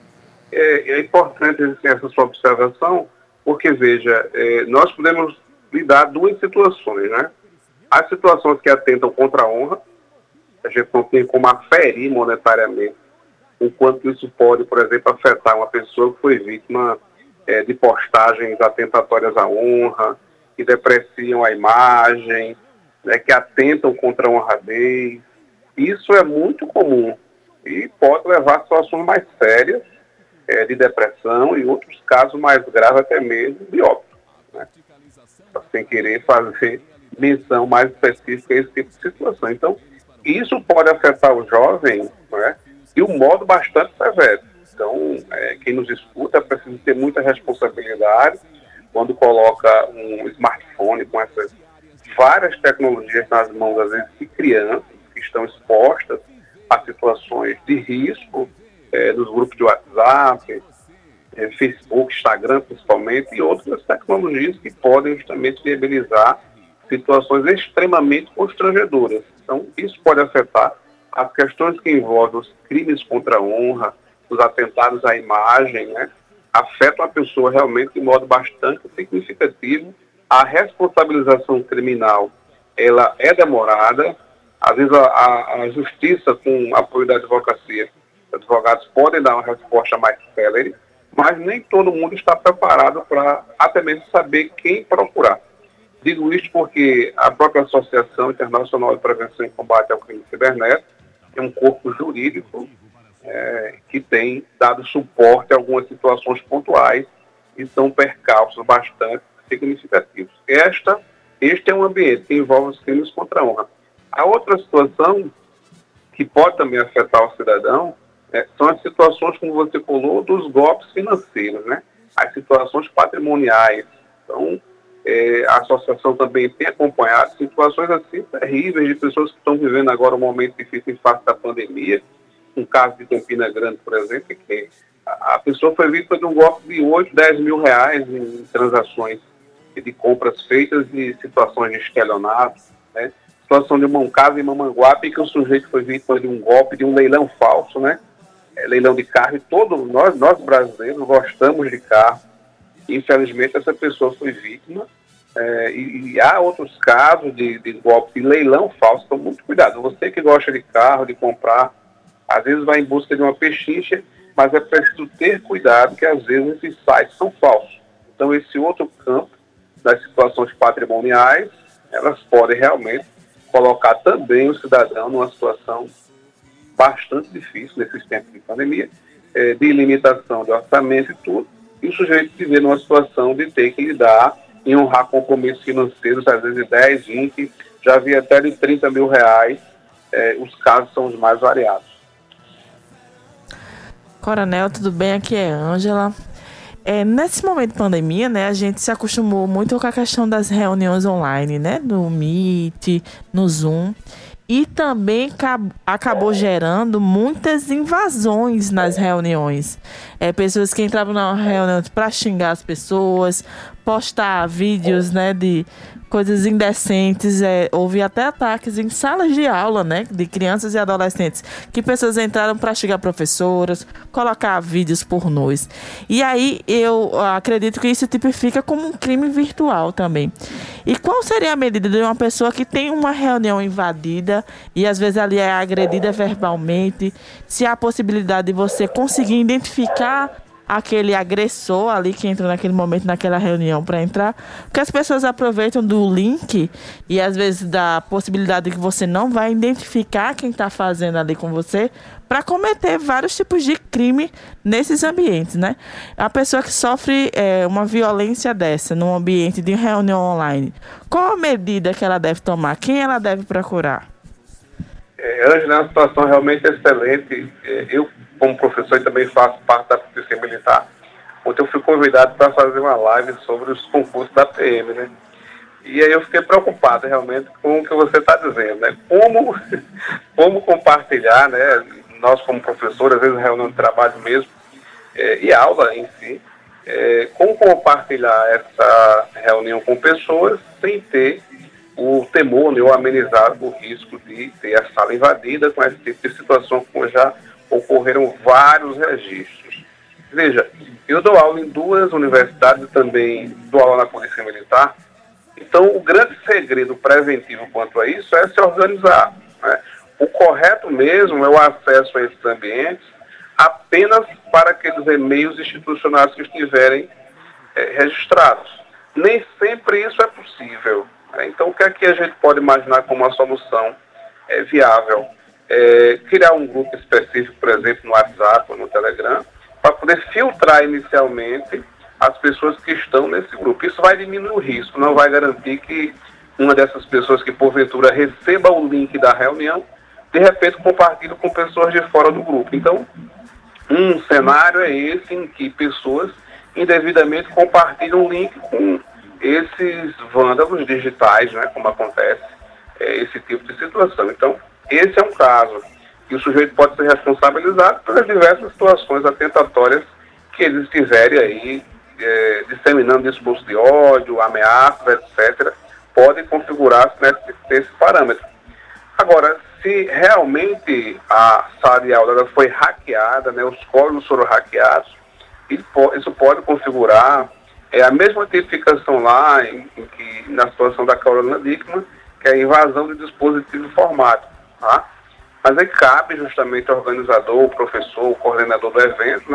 É importante essa sua observação, porque, veja, nós podemos lidar duas situações, né? As situações que atentam contra a honra, a gente não tem como aferir monetariamente o quanto isso pode, por exemplo, afetar uma pessoa que foi vítima de postagens atentatórias à honra, que depreciam a imagem, né, que atentam contra a honradez. Isso é muito comum e pode levar a situações mais sérias de depressão e outros casos mais graves até mesmo de óbito, né? Sem querer fazer menção mais específica a esse tipo de situação. Então, isso pode afetar o jovem, né, de um modo bastante severo. Então, quem nos escuta precisa ter muita responsabilidade quando coloca um smartphone com essas várias tecnologias nas mãos, às vezes, de crianças que estão expostas a situações de risco, nos grupos de WhatsApp, Facebook, Instagram principalmente, e outras tecnologias que podem justamente viabilizar situações extremamente constrangedoras. Então, isso pode afetar as questões que envolvem os crimes contra a honra, os atentados à imagem, né? Afetam a pessoa realmente de modo bastante significativo. A responsabilização criminal, ela é demorada. Às vezes a justiça, com apoio da advocacia, os advogados podem dar uma resposta mais célere, mas nem todo mundo está preparado para até mesmo saber quem procurar. Digo isso porque a própria Associação Internacional de Prevenção e Combate ao Crime Cibernético é um corpo jurídico que tem dado suporte a algumas situações pontuais e são percalços bastante significativos. Este é um ambiente que envolve os crimes contra a honra. A outra situação que pode também afetar o cidadão são as situações, como você falou, dos golpes financeiros, né? As situações patrimoniais. Então, a associação também tem acompanhado situações assim terríveis de pessoas que estão vivendo agora um momento difícil em face da pandemia. Um caso de Campina Grande, por exemplo, que a pessoa foi vítima de um golpe de 8, 10 mil reais em transações de compras feitas e situações de estelionato, né? Situação de um caso em Mamanguape que o sujeito foi vítima de um golpe, de um leilão falso, né? Leilão de carro, e todos nós brasileiros gostamos de carro. Infelizmente, essa pessoa foi vítima. E há outros casos de golpe de leilão falso. Então, muito cuidado. Você que gosta de carro, de comprar, às vezes vai em busca de uma pechincha, mas é preciso ter cuidado que às vezes esses sites são falsos. Então, esse outro campo das situações patrimoniais, elas podem realmente colocar também o cidadão numa situação bastante difícil nesses tempos de pandemia, de limitação de orçamento e tudo, e o sujeito se vê numa situação de ter que lidar em honrar compromissos financeiros, às vezes de 10, 20, já havia até de 30 mil reais, os casos são os mais variados. Coronel, tudo bem? Aqui é Ângela. Nesse momento de pandemia, né, a gente se acostumou muito com a questão das reuniões online, né, no Meet, no Zoom, e também acabou gerando muitas invasões nas reuniões. Pessoas que entravam na reunião para xingar as pessoas, postar vídeos, né, de coisas indecentes. Houve até ataques em salas de aula, né, de crianças e adolescentes, que pessoas entraram para xingar professoras, colocar vídeos pornôs. E aí eu acredito que isso tipifica como um crime virtual também. E qual seria a medida de uma pessoa que tem uma reunião invadida e às vezes ali é agredida verbalmente? Se há a possibilidade de você conseguir identificar aquele agressor ali que entra naquele momento, naquela reunião para entrar, porque as pessoas aproveitam do link e às vezes da possibilidade de que você não vai identificar quem está fazendo ali com você para cometer vários tipos de crime nesses ambientes, né? A pessoa que sofre uma violência dessa num ambiente de reunião online, qual a medida que ela deve tomar? Quem ela deve procurar? Ângela, é uma situação realmente excelente. Eu, como professor, e também faço parte da Polícia Militar, ontem eu fui convidado para fazer uma live sobre os concursos da PM, né? E aí eu fiquei preocupado realmente com o que você está dizendo, né? Como compartilhar, né? Nós como professores, às vezes reunião de trabalho mesmo, e aula em si, como compartilhar essa reunião com pessoas sem ter o temor, né, ou amenizar o risco de ter a sala invadida com esse tipo de situação, como já ocorreram vários registros. Veja, eu dou aula em 2 universidades e também dou aula na Polícia Militar. Então, o grande segredo preventivo quanto a isso é se organizar, né? O correto mesmo é o acesso a esses ambientes apenas para aqueles e-mails institucionais que estiverem registrados. Nem sempre isso é possível. Então, o que é que a gente pode imaginar como uma solução viável? Criar um grupo específico, por exemplo, no WhatsApp ou no Telegram, para poder filtrar inicialmente as pessoas que estão nesse grupo. Isso vai diminuir o risco, não vai garantir que uma dessas pessoas que porventura receba o link da reunião, de repente compartilhe com pessoas de fora do grupo. Então, um cenário é esse em que pessoas indevidamente compartilham o link com esses vândalos digitais, né, como acontece esse tipo de situação. Então, esse é um caso que o sujeito pode ser responsabilizado pelas diversas situações atentatórias que eles estiverem aí disseminando discurso de ódio, ameaças, etc., podem configurar-se nesse parâmetro. Agora, se realmente a sala de aula foi hackeada, né, os códigos foram hackeados, isso pode configurar a mesma tipificação lá na situação da Carolina Dickmann, que é a invasão de dispositivo informático. Tá? Mas aí cabe justamente ao organizador, o professor, o coordenador do evento, né,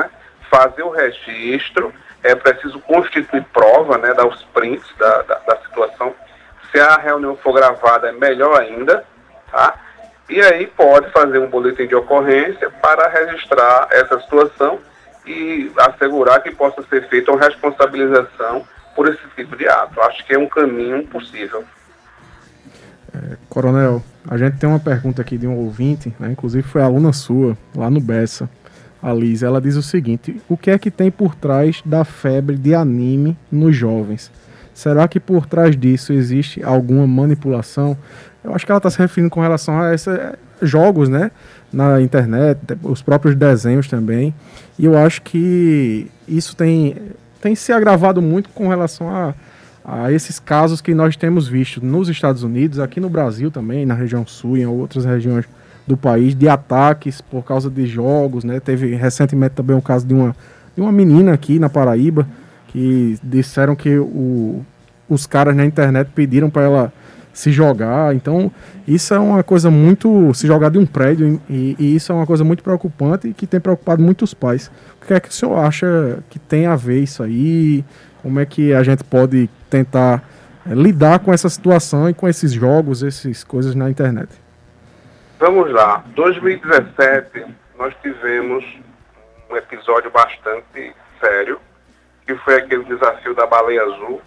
fazer o registro, é preciso constituir prova, né, dar os prints da situação. Se a reunião for gravada, é melhor ainda, tá? E aí pode fazer um boletim de ocorrência para registrar essa situação e assegurar que possa ser feita uma responsabilização por esse tipo de ato. Acho que é um caminho possível. Coronel, a gente tem uma pergunta aqui de um ouvinte, né, inclusive foi aluna sua, lá no Bessa, a Liz. Ela diz o seguinte: o que é que tem por trás da febre de anime nos jovens? Será que por trás disso existe alguma manipulação? Eu acho que ela está se referindo com relação a esses jogos, né, na internet, os próprios desenhos também. E eu acho que isso tem se agravado muito com relação a esses casos que nós temos visto nos Estados Unidos, aqui no Brasil também, na região sul e em outras regiões do país, de ataques por causa de jogos, né? Teve recentemente também um caso de uma menina aqui na Paraíba, que disseram que os caras na internet pediram para ela se jogar. Então isso é uma coisa muito... se jogar de um prédio, e isso é uma coisa muito preocupante e que tem preocupado muitos pais. O que é que o senhor acha que tem a ver isso aí? Como é que a gente pode tentar lidar com essa situação e com esses jogos, essas coisas na internet? Vamos lá. 2017, nós tivemos um episódio bastante sério, que foi aquele desafio da baleia azul.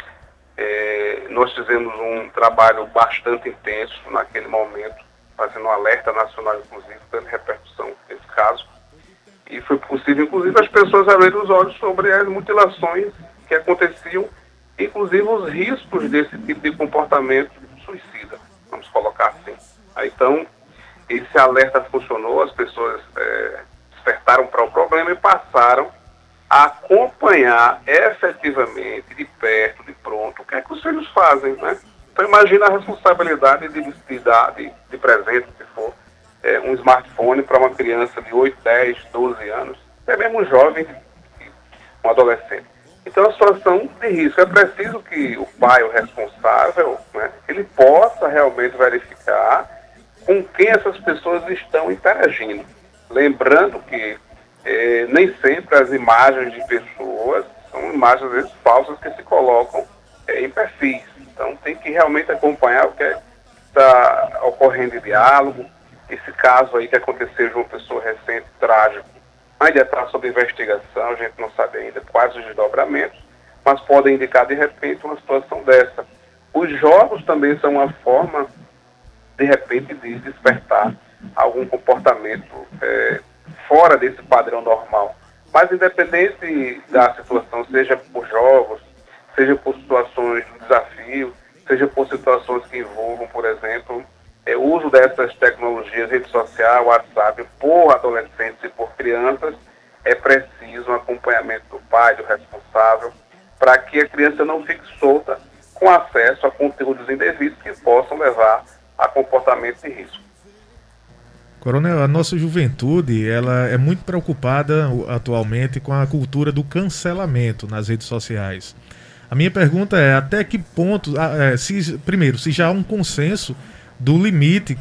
Nós fizemos um trabalho bastante intenso naquele momento, fazendo um alerta nacional, inclusive, pela repercussão desse caso. E foi possível, inclusive, as pessoas abrirem os olhos sobre as mutilações que aconteciam, inclusive os riscos desse tipo de comportamento suicida, vamos colocar assim. Então, esse alerta funcionou, as pessoas despertaram para o problema e passaram a acompanhar efetivamente, de perto, de pronto, o que é que os filhos fazem, né? Então imagina a responsabilidade de dar de presente, se for um smartphone para uma criança de 8, 10, 12 anos, até mesmo um jovem, um adolescente. Então, a situação de risco. É preciso que o pai, o responsável, né, ele possa realmente verificar com quem essas pessoas estão interagindo. Lembrando que nem sempre as imagens de pessoas são imagens, às vezes, falsas que se colocam em perfis. Então, tem que realmente acompanhar o que está ocorrendo em diálogo. Esse caso aí que aconteceu de uma pessoa recente, trágico, ainda está sob investigação, a gente não sabe ainda quais os desdobramentos, mas podem indicar de repente uma situação dessa. Os jogos também são uma forma, de repente, de despertar algum comportamento fora desse padrão normal. Mas independente da situação, seja por jogos, seja por situações de desafio, seja por situações que envolvam, por exemplo, o uso dessas tecnologias, rede social, WhatsApp, por adolescentes e por crianças, é preciso um acompanhamento do pai, do responsável, para que a criança não fique solta com acesso a conteúdos indevidos que possam levar a comportamento de risco. Coronel, a nossa juventude ela é muito preocupada atualmente com a cultura do cancelamento nas redes sociais. A minha pergunta é até que ponto, primeiro, se já há um consenso do limite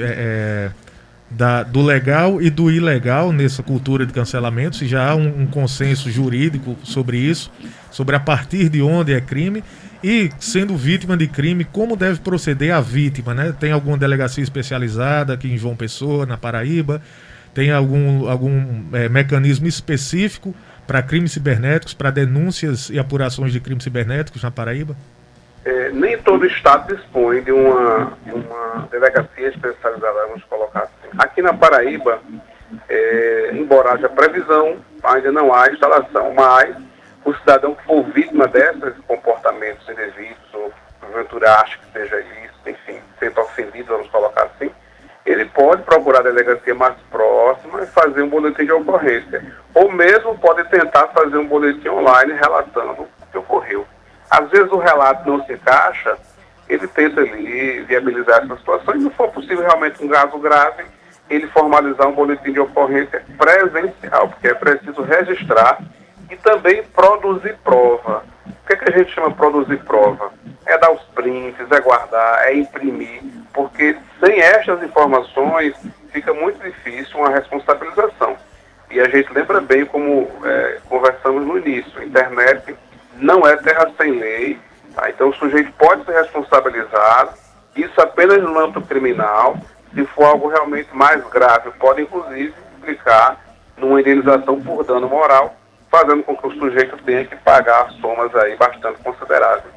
do legal e do ilegal nessa cultura de cancelamento, se já há um consenso jurídico sobre isso, sobre a partir de onde é crime, e sendo vítima de crime, como deve proceder a vítima, né? Tem alguma delegacia especializada aqui em João Pessoa, na Paraíba? Tem algum mecanismo específico para crimes cibernéticos, para denúncias e apurações de crimes cibernéticos na Paraíba? Nem todo estado dispõe de uma delegacia especializada, vamos colocar assim. Aqui na Paraíba, embora haja previsão, ainda não há instalação, mas o cidadão que for vítima desses comportamentos indevidos, ou porventura acha que seja isso, enfim, sendo ofendido, vamos colocar assim, ele pode procurar a delegacia mais próxima e fazer um boletim de ocorrência. Ou mesmo pode tentar fazer um boletim online relatando o que ocorreu. Às vezes o relato não se encaixa, ele tenta ali viabilizar essa situação, e se for possível realmente um caso grave, ele formalizar um boletim de ocorrência presencial, porque é preciso registrar e também produzir prova. O que é que a gente chama de produzir prova? É dar os prints, é guardar, é imprimir, porque sem estas informações fica muito difícil uma responsabilização. E a gente lembra bem como conversamos no início, a internet não é terra sem lei, tá? Então o sujeito pode ser responsabilizado, isso apenas no âmbito criminal. Se for algo realmente mais grave, pode inclusive implicar numa indenização por dano moral, fazendo com que o sujeito tenha que pagar somas aí bastante consideráveis.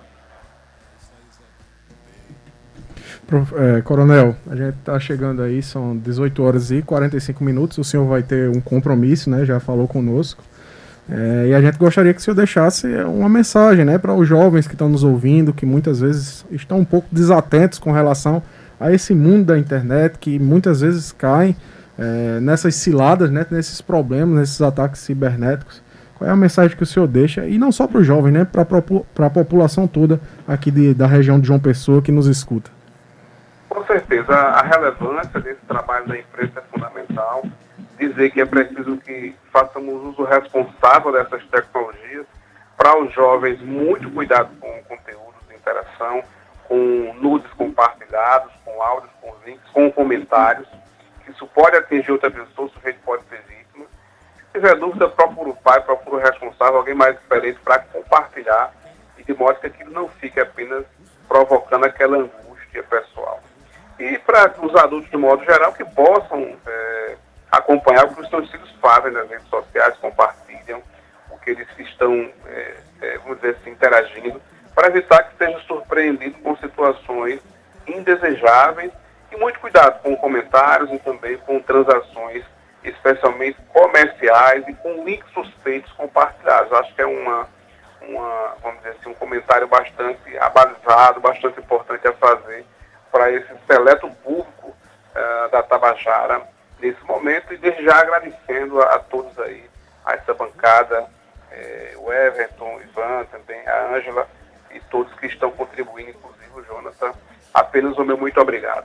Coronel, a gente está chegando aí, são 18 horas e 45 minutos, o senhor vai ter um compromisso, né, já falou conosco, e a gente gostaria que o senhor deixasse uma mensagem, né, para os jovens que estão nos ouvindo, que muitas vezes estão um pouco desatentos com relação a esse mundo da internet, que muitas vezes caem nessas ciladas, né, nesses problemas, nesses ataques cibernéticos. Qual é a mensagem que o senhor deixa, e não só para os jovens, né, para a população toda aqui da região de João Pessoa que nos escuta? Com certeza, a relevância desse trabalho da imprensa é fundamental. Dizer que é preciso que façamos uso responsável dessas tecnologias. Para os jovens, muito cuidado com conteúdos de interação, com nudes compartilhados, com áudios, com links, com comentários. Isso pode atingir outra pessoa, o sujeito pode ser vítima. Se tiver dúvida, procura o pai, procura o responsável, alguém mais experiente para compartilhar, e de modo que aquilo não fique apenas provocando aquela angústia pessoal. E para os adultos, de modo geral, que possam acompanhar o que os seus filhos fazem nas redes sociais, compartilham o que eles estão, vamos dizer assim, interagindo, para evitar que sejam surpreendidos com situações indesejáveis, e muito cuidado com comentários e também com transações, especialmente comerciais, e com links suspeitos compartilhados. Acho que é vamos dizer assim, um comentário bastante abalizado, bastante importante a fazer para esse seleto público da Tabajara nesse momento, e desde já agradecendo a todos aí, a essa bancada, o Everton, o Ivan, também a Ângela e todos que estão contribuindo, inclusive o Jonathan. Apenas o meu muito obrigado.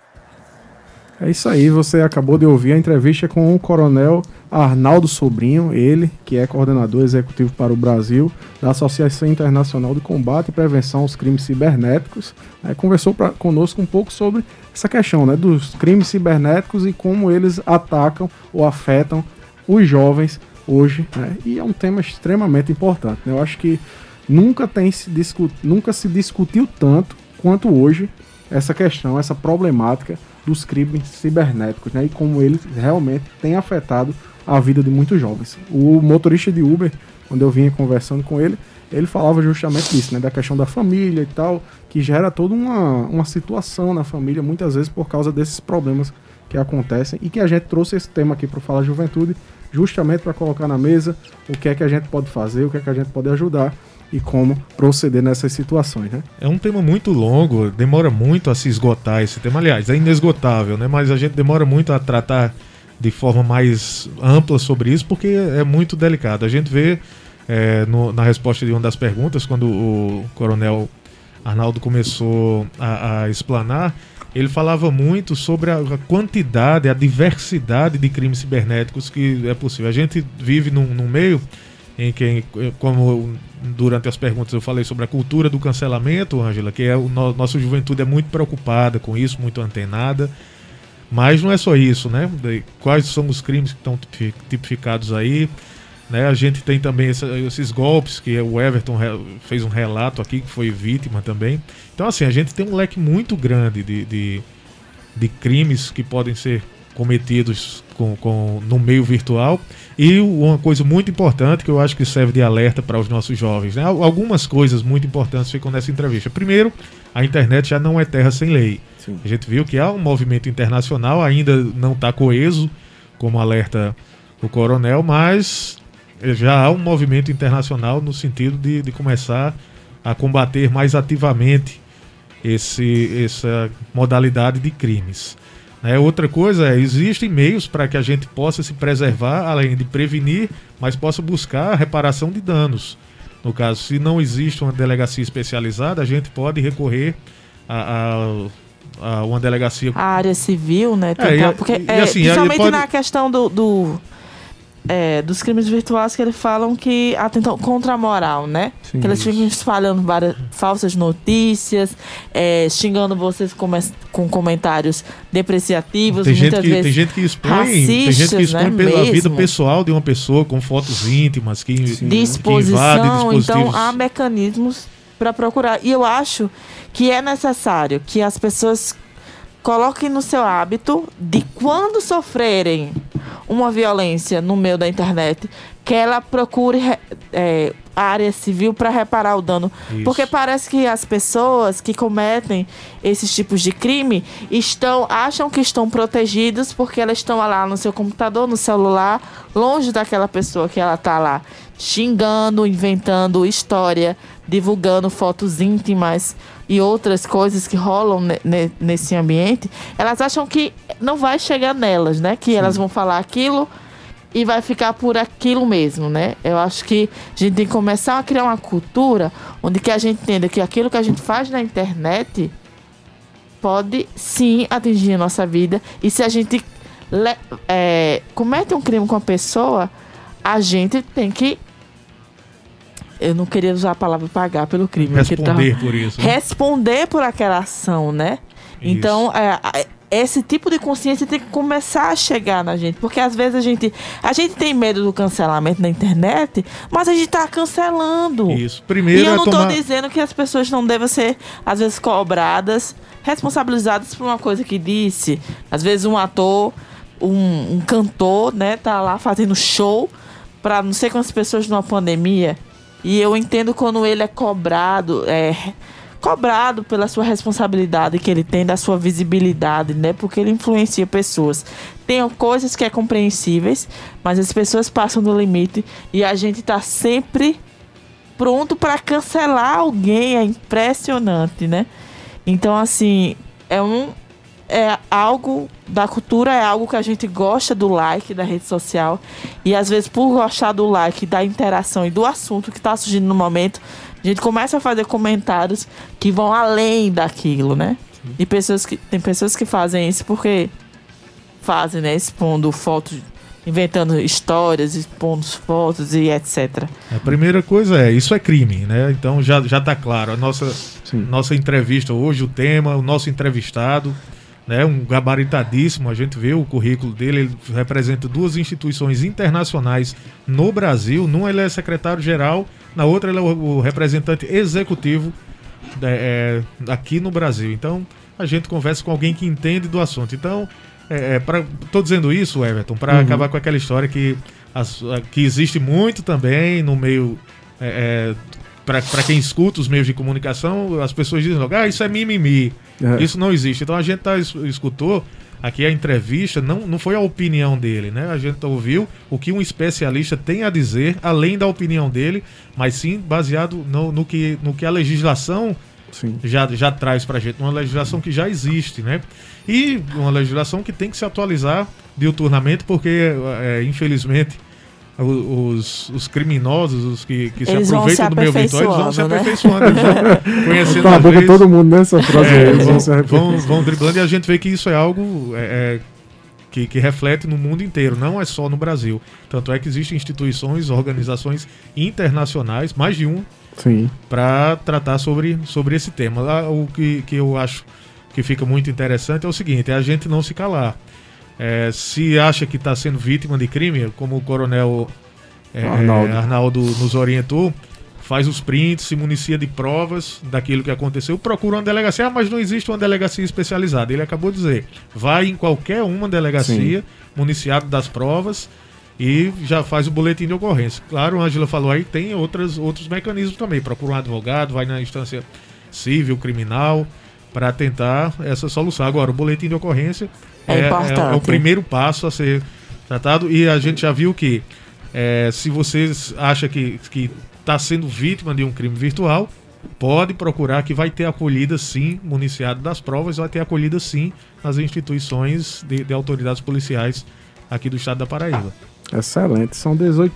É isso aí, você acabou de ouvir a entrevista com o Coronel Arnaldo Sobrinho, ele que é coordenador executivo para o Brasil da Associação Internacional de Combate e Prevenção aos Crimes Cibernéticos. Conversou conosco um pouco sobre essa questão, né, dos crimes cibernéticos e como eles atacam ou afetam os jovens hoje, né, e é um tema extremamente importante, né? Eu acho que nunca se discutiu tanto quanto hoje essa questão, essa problemática dos crimes cibernéticos, né, e como eles realmente têm afetado a vida de muitos jovens. O motorista de Uber, quando eu vinha conversando com ele, ele falava justamente disso, né, da questão da família e tal, que gera toda uma situação na família, muitas vezes por causa desses problemas que acontecem, e que a gente trouxe esse tema aqui para o Fala Juventude, justamente para colocar na mesa o que é que a gente pode fazer, o que é que a gente pode ajudar e como proceder nessas situações, né? É um tema muito longo, demora muito a se esgotar esse tema. Aliás, é inesgotável, né? Mas a gente demora muito a tratar de forma mais ampla sobre isso, porque é muito delicado. A gente vê na resposta de uma das perguntas, quando o Coronel Arnaldo começou a explanar, ele falava muito sobre a quantidade, a diversidade de crimes cibernéticos que é possível. A gente vive num meio em que, como durante as perguntas eu falei sobre a cultura do cancelamento, Ângela, que nossa juventude é muito preocupada com isso, muito antenada, mas não é só isso, né? Quais são os crimes que estão tipificados aí, né? A gente tem também esses golpes, que o Everton fez um relato aqui, que foi vítima também. Então, assim, a gente tem um leque muito grande de crimes que podem ser cometidos no meio virtual. E uma coisa muito importante que eu acho que serve de alerta para os nossos jovens, né? Algumas coisas muito importantes ficam nessa entrevista. Primeiro, a internet já não é terra sem lei. Sim. A gente viu que há um movimento internacional, ainda não está coeso, como alerta o Coronel, mas já há um movimento internacional no sentido de começar a combater mais ativamente essa modalidade de crimes. Outra coisa existem meios para que a gente possa se preservar, além de prevenir, mas possa buscar a reparação de danos. No caso, se não existe uma delegacia especializada, a gente pode recorrer a uma delegacia... A área civil, né? Porque, principalmente na questão dos crimes virtuais que eles falam que atentam contra a moral, né? Sim, que eles ficam espalhando várias falsas notícias, xingando vocês com comentários depreciativos, muitas vezes tem gente que expõe, racistas, né, pela vida pessoal de uma pessoa com fotos íntimas, que invade dispositivos. Então há mecanismos para procurar. E eu acho que é necessário que as pessoas coloquem no seu hábito de, quando sofrerem uma violência no meio da internet, que ela procure a área civil para reparar o dano. Isso. Porque parece que as pessoas que cometem esses tipos de crime acham que estão protegidos porque elas estão lá no seu computador, no celular, longe daquela pessoa que ela está lá xingando, inventando história, divulgando fotos íntimas e outras coisas que rolam nesse ambiente. Elas acham que não vai chegar nelas, né? Que elas vão falar aquilo e vai ficar por aquilo mesmo, né? Eu acho que a gente tem que começar a criar uma cultura onde que a gente entenda que aquilo que a gente faz na internet pode sim atingir a nossa vida. E se a gente comete um crime com a pessoa, a gente tem que... Eu não queria usar a palavra pagar pelo crime. Responder por isso. Né? Responder por aquela ação, né? Isso. Então, esse tipo de consciência tem que começar a chegar na gente. Porque às vezes a gente tem medo do cancelamento na internet, mas a gente tá cancelando. Isso. Primeiro, e eu não tô dizendo que as pessoas não devem ser, às vezes, cobradas, responsabilizadas por uma coisa que disse. Às vezes um ator, um cantor, né, tá lá fazendo show para não sei quantas pessoas numa pandemia. E eu entendo quando ele é cobrado pela sua responsabilidade que ele tem, da sua visibilidade, né? Porque ele influencia pessoas. Tem coisas que é compreensíveis, mas as pessoas passam do limite e a gente tá sempre pronto para cancelar alguém. É impressionante, né? Então, assim, algo da cultura, é algo que a gente gosta do like da rede social, e às vezes por gostar do like, da interação e do assunto que está surgindo no momento, a gente começa a fazer comentários que vão além daquilo, né? E tem pessoas que fazem isso porque fazem, né? Expondo fotos, inventando histórias, expondo fotos e etc. A primeira coisa isso é crime, né? Então já está claro. A nossa entrevista hoje, o tema, o nosso entrevistado, né, um gabaritadíssimo, a gente vê o currículo dele, ele representa 2 instituições internacionais no Brasil. Numa ele é secretário-geral, na outra ele é o representante executivo aqui no Brasil. Então a gente conversa com alguém que entende do assunto. Então, estou dizendo isso, Everton, para acabar com aquela história que existe muito também no meio... Para quem escuta os meios de comunicação, as pessoas dizem logo, isso é mimimi, isso não existe. Então a gente escutou aqui a entrevista, não foi a opinião dele, né? A gente ouviu o que um especialista tem a dizer, além da opinião dele, mas sim baseado no que a legislação já traz pra gente, uma legislação que já existe, né? E uma legislação que tem que se atualizar diuturnamente, porque infelizmente os criminosos, os que se aproveitam do meio virtual, eles vão se aperfeiçoando, conhecendo tá a boca todo mundo nessa frase vão driblando, e a gente vê que isso é algo que reflete no mundo inteiro, não é só no Brasil. Tanto é que existem instituições, organizações internacionais, mais de uma, para tratar sobre esse tema. O que eu acho que fica muito interessante é o seguinte, é a gente não se calar. Se acha que está sendo vítima de crime, como o coronel Arnaldo nos orientou, faz os prints, se municia de provas daquilo que aconteceu, procura uma delegacia, mas não existe uma delegacia especializada. Ele acabou de dizer, vai em qualquer uma delegacia, municiado das provas, e já faz o boletim de ocorrência. Claro, a Ângela falou aí que tem outros mecanismos também, procura um advogado, vai na instância civil, criminal, para tentar essa solução. Agora, o boletim de ocorrência é o primeiro passo a ser tratado, e a gente já viu que se você acha que está sendo vítima de um crime virtual, pode procurar que vai ter acolhida sim, municiado das provas, vai ter acolhida sim nas instituições de autoridades policiais aqui do estado da Paraíba. Excelente, são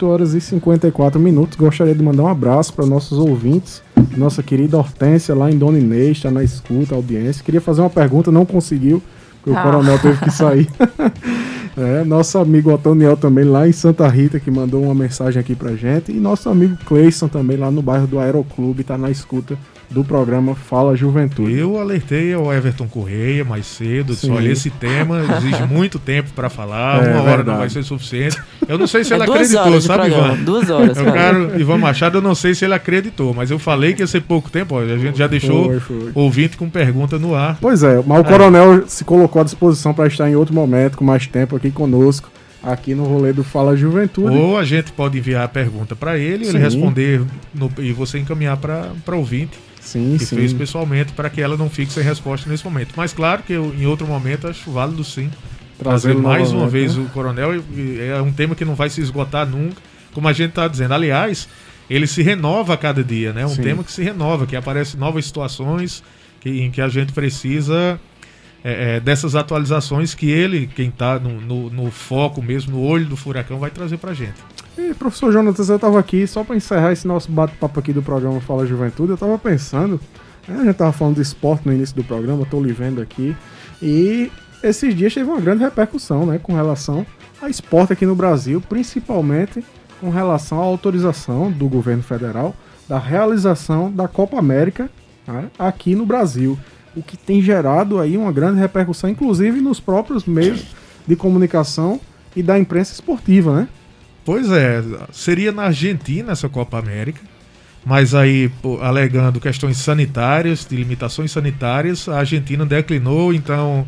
18h54. Gostaria de mandar um abraço para nossos ouvintes, nossa querida Hortência lá em Dona Inês, está na escuta, audiência. Queria fazer uma pergunta, não conseguiu, porque o coronel teve que sair. Nosso amigo Otoniel também lá em Santa Rita, que mandou uma mensagem aqui pra gente. E nosso amigo Cleison também lá no bairro do Aeroclube, tá na escuta do programa Fala Juventude. Eu alertei ao Everton Correia mais cedo, disse, olha, esse tema exige muito tempo para falar, uma hora não vai ser suficiente. Eu não sei se ele acreditou, sabe, Ivan? 2 horas. O cara, Ivan Machado, eu não sei se ele acreditou, mas eu falei que ia ser pouco tempo, olha, a gente já deixou ouvinte com pergunta no ar. Pois é, mas o Coronel se colocou à disposição para estar em outro momento, com mais tempo aqui conosco, aqui no rolê do Fala Juventude. Ou a gente pode enviar a pergunta para ele, ele responder e você encaminhar para ouvinte. Que fez pessoalmente, para que ela não fique sem resposta nesse momento. Mas claro que eu, em outro momento, acho válido sim trazer mais uma vez o Coronel. É um tema que não vai se esgotar nunca, como a gente está dizendo. Aliás, ele se renova a cada dia, né? Um tema que se renova, que aparecem novas situações em que a gente precisa dessas atualizações que ele, quem está no foco mesmo, no olho do furacão, vai trazer para a gente. E, professor Jonatas, eu estava aqui, só para encerrar esse nosso bate-papo aqui do programa Fala Juventude, eu estava pensando, a gente estava falando de esporte no início do programa, estou lhe vendo aqui, e esses dias teve uma grande repercussão, né, com relação a esporte aqui no Brasil, principalmente com relação à autorização do governo federal da realização da Copa América, né, aqui no Brasil, o que tem gerado aí uma grande repercussão, inclusive nos próprios meios de comunicação e da imprensa esportiva, né? Pois é, seria na Argentina essa Copa América, mas aí, alegando questões sanitárias, de limitações sanitárias, a Argentina declinou, então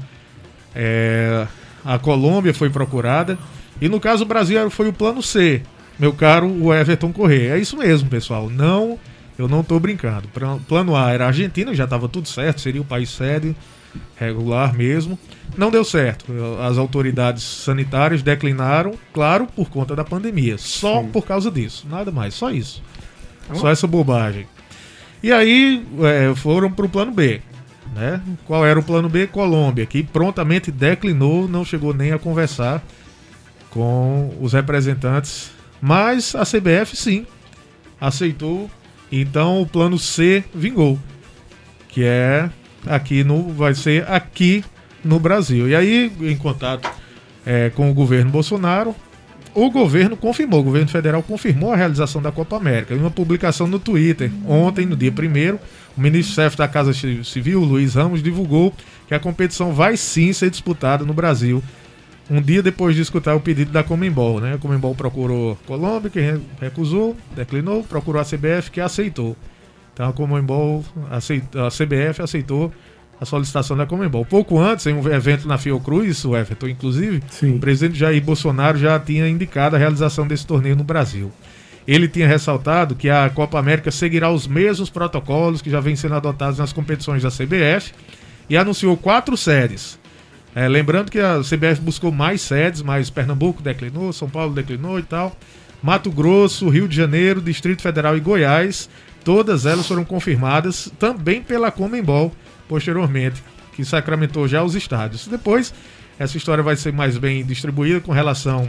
a Colômbia foi procurada, e no caso o Brasil foi o plano C, meu caro o Everton Correia. É isso mesmo, pessoal, eu não estou brincando. Plano A era a Argentina, já estava tudo certo, seria o país sede, regular mesmo. Não deu certo. As autoridades sanitárias declinaram, claro, por conta da pandemia. Só por causa disso. Nada mais, só isso. Só essa bobagem. E aí foram para o plano B. Né? Qual era o plano B? Colômbia, que prontamente declinou, não chegou nem a conversar com os representantes. Mas a CBF sim aceitou. Então o plano C vingou. Que vai ser aqui no Brasil. E aí, em contato com o governo Bolsonaro, o governo federal confirmou a realização da Copa América. Em uma publicação no Twitter, ontem, no dia 1º, o ministro-chefe da Casa Civil, Luiz Ramos, divulgou que a competição vai sim ser disputada no Brasil, um dia depois de escutar o pedido da Conmebol, né? A Conmebol procurou a Colômbia, que recusou, declinou, procurou a CBF, que aceitou. Então a Conmebol, a CBF aceitou a solicitação da Conmebol. Pouco antes, em um evento na Fiocruz, o Everton, inclusive, o presidente Jair Bolsonaro já tinha indicado a realização desse torneio no Brasil. Ele tinha ressaltado que a Copa América seguirá os mesmos protocolos que já vêm sendo adotados nas competições da CBF e anunciou 4 sedes. Lembrando que a CBF buscou mais sedes, mas Pernambuco declinou, São Paulo declinou e tal. Mato Grosso, Rio de Janeiro, Distrito Federal e Goiás, todas elas foram confirmadas também pela Conmebol posteriormente, que sacramentou já os estádios. Depois, essa história vai ser mais bem distribuída com relação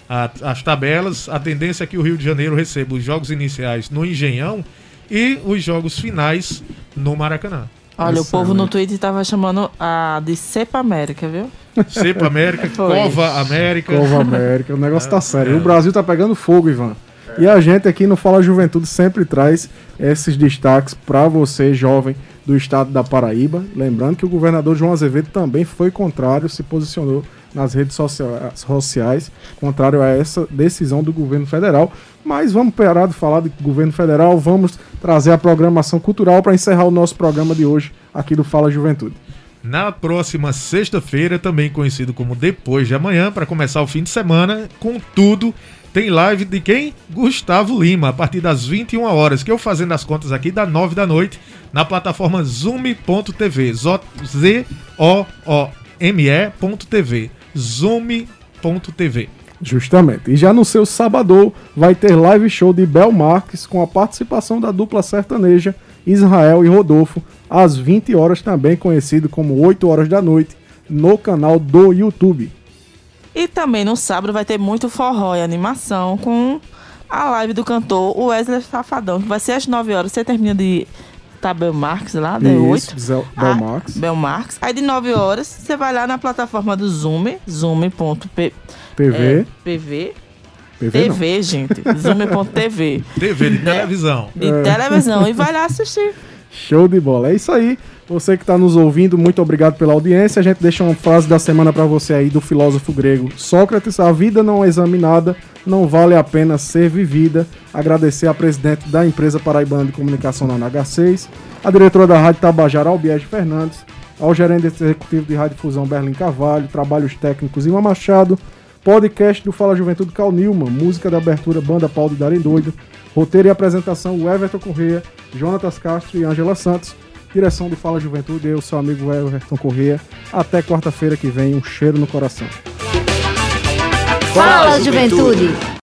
às tabelas. A tendência é que o Rio de Janeiro receba os jogos iniciais no Engenhão e os jogos finais no Maracanã. Olha, o povo no Twitter estava chamando de Cepa América, viu? Cepa América, Cova América. Cova América, o negócio tá sério. O Brasil tá pegando fogo, Ivan. E a gente aqui no Fala Juventude sempre traz esses destaques para você, jovem do estado da Paraíba. Lembrando que o governador João Azevedo também foi contrário, se posicionou nas redes sociais, contrário a essa decisão do governo federal. Mas vamos parar de falar do governo federal, vamos trazer a programação cultural para encerrar o nosso programa de hoje aqui do Fala Juventude. Na próxima sexta-feira, também conhecido como Depois de Amanhã, para começar o fim de semana, com tudo, tem live de quem? Gustavo Lima, a partir das 21 horas, que eu fazendo as contas aqui, dá 9 da noite, na plataforma zoom.tv, ZOOME.tv, zoom.tv. Justamente. E já no seu sábado vai ter live show de Bel Marques com a participação da dupla sertaneja Israel e Rodolfo, às 20 horas, também conhecido como 8 horas da noite, no canal do YouTube. E também no sábado vai ter muito forró e animação com a live do cantor Wesley Safadão, que vai ser às 9 horas. Você termina de botar Belmarx lá, D8. Isso, Belmarx. Belmarx. Aí de 9 horas, você vai lá na plataforma do Zoom, zoom.pv. TV, gente. Zoom.tv. TV de televisão. De televisão. E vai lá assistir. Show de bola. É isso aí. Você que está nos ouvindo, muito obrigado pela audiência. A gente deixa uma frase da semana para você aí do filósofo grego Sócrates: a vida não é examinada, não vale a pena ser vivida. Agradecer à presidente da empresa paraibana de comunicação na NH6, a diretora da Rádio Tabajara, Albiege Fernandes, ao gerente executivo de Rádio Fusão, Berlim Carvalho, trabalhos técnicos, Ima Machado, podcast do Fala Juventude, Cal Nilman, música da abertura, Banda Pau de Darem Doido, roteiro e apresentação, Everton Corrêa, Jonatas Castro e Ângela Santos, direção do Fala Juventude, eu, seu amigo Everton Corrêa. Até quarta-feira que vem, um cheiro no coração. Fala Juventude!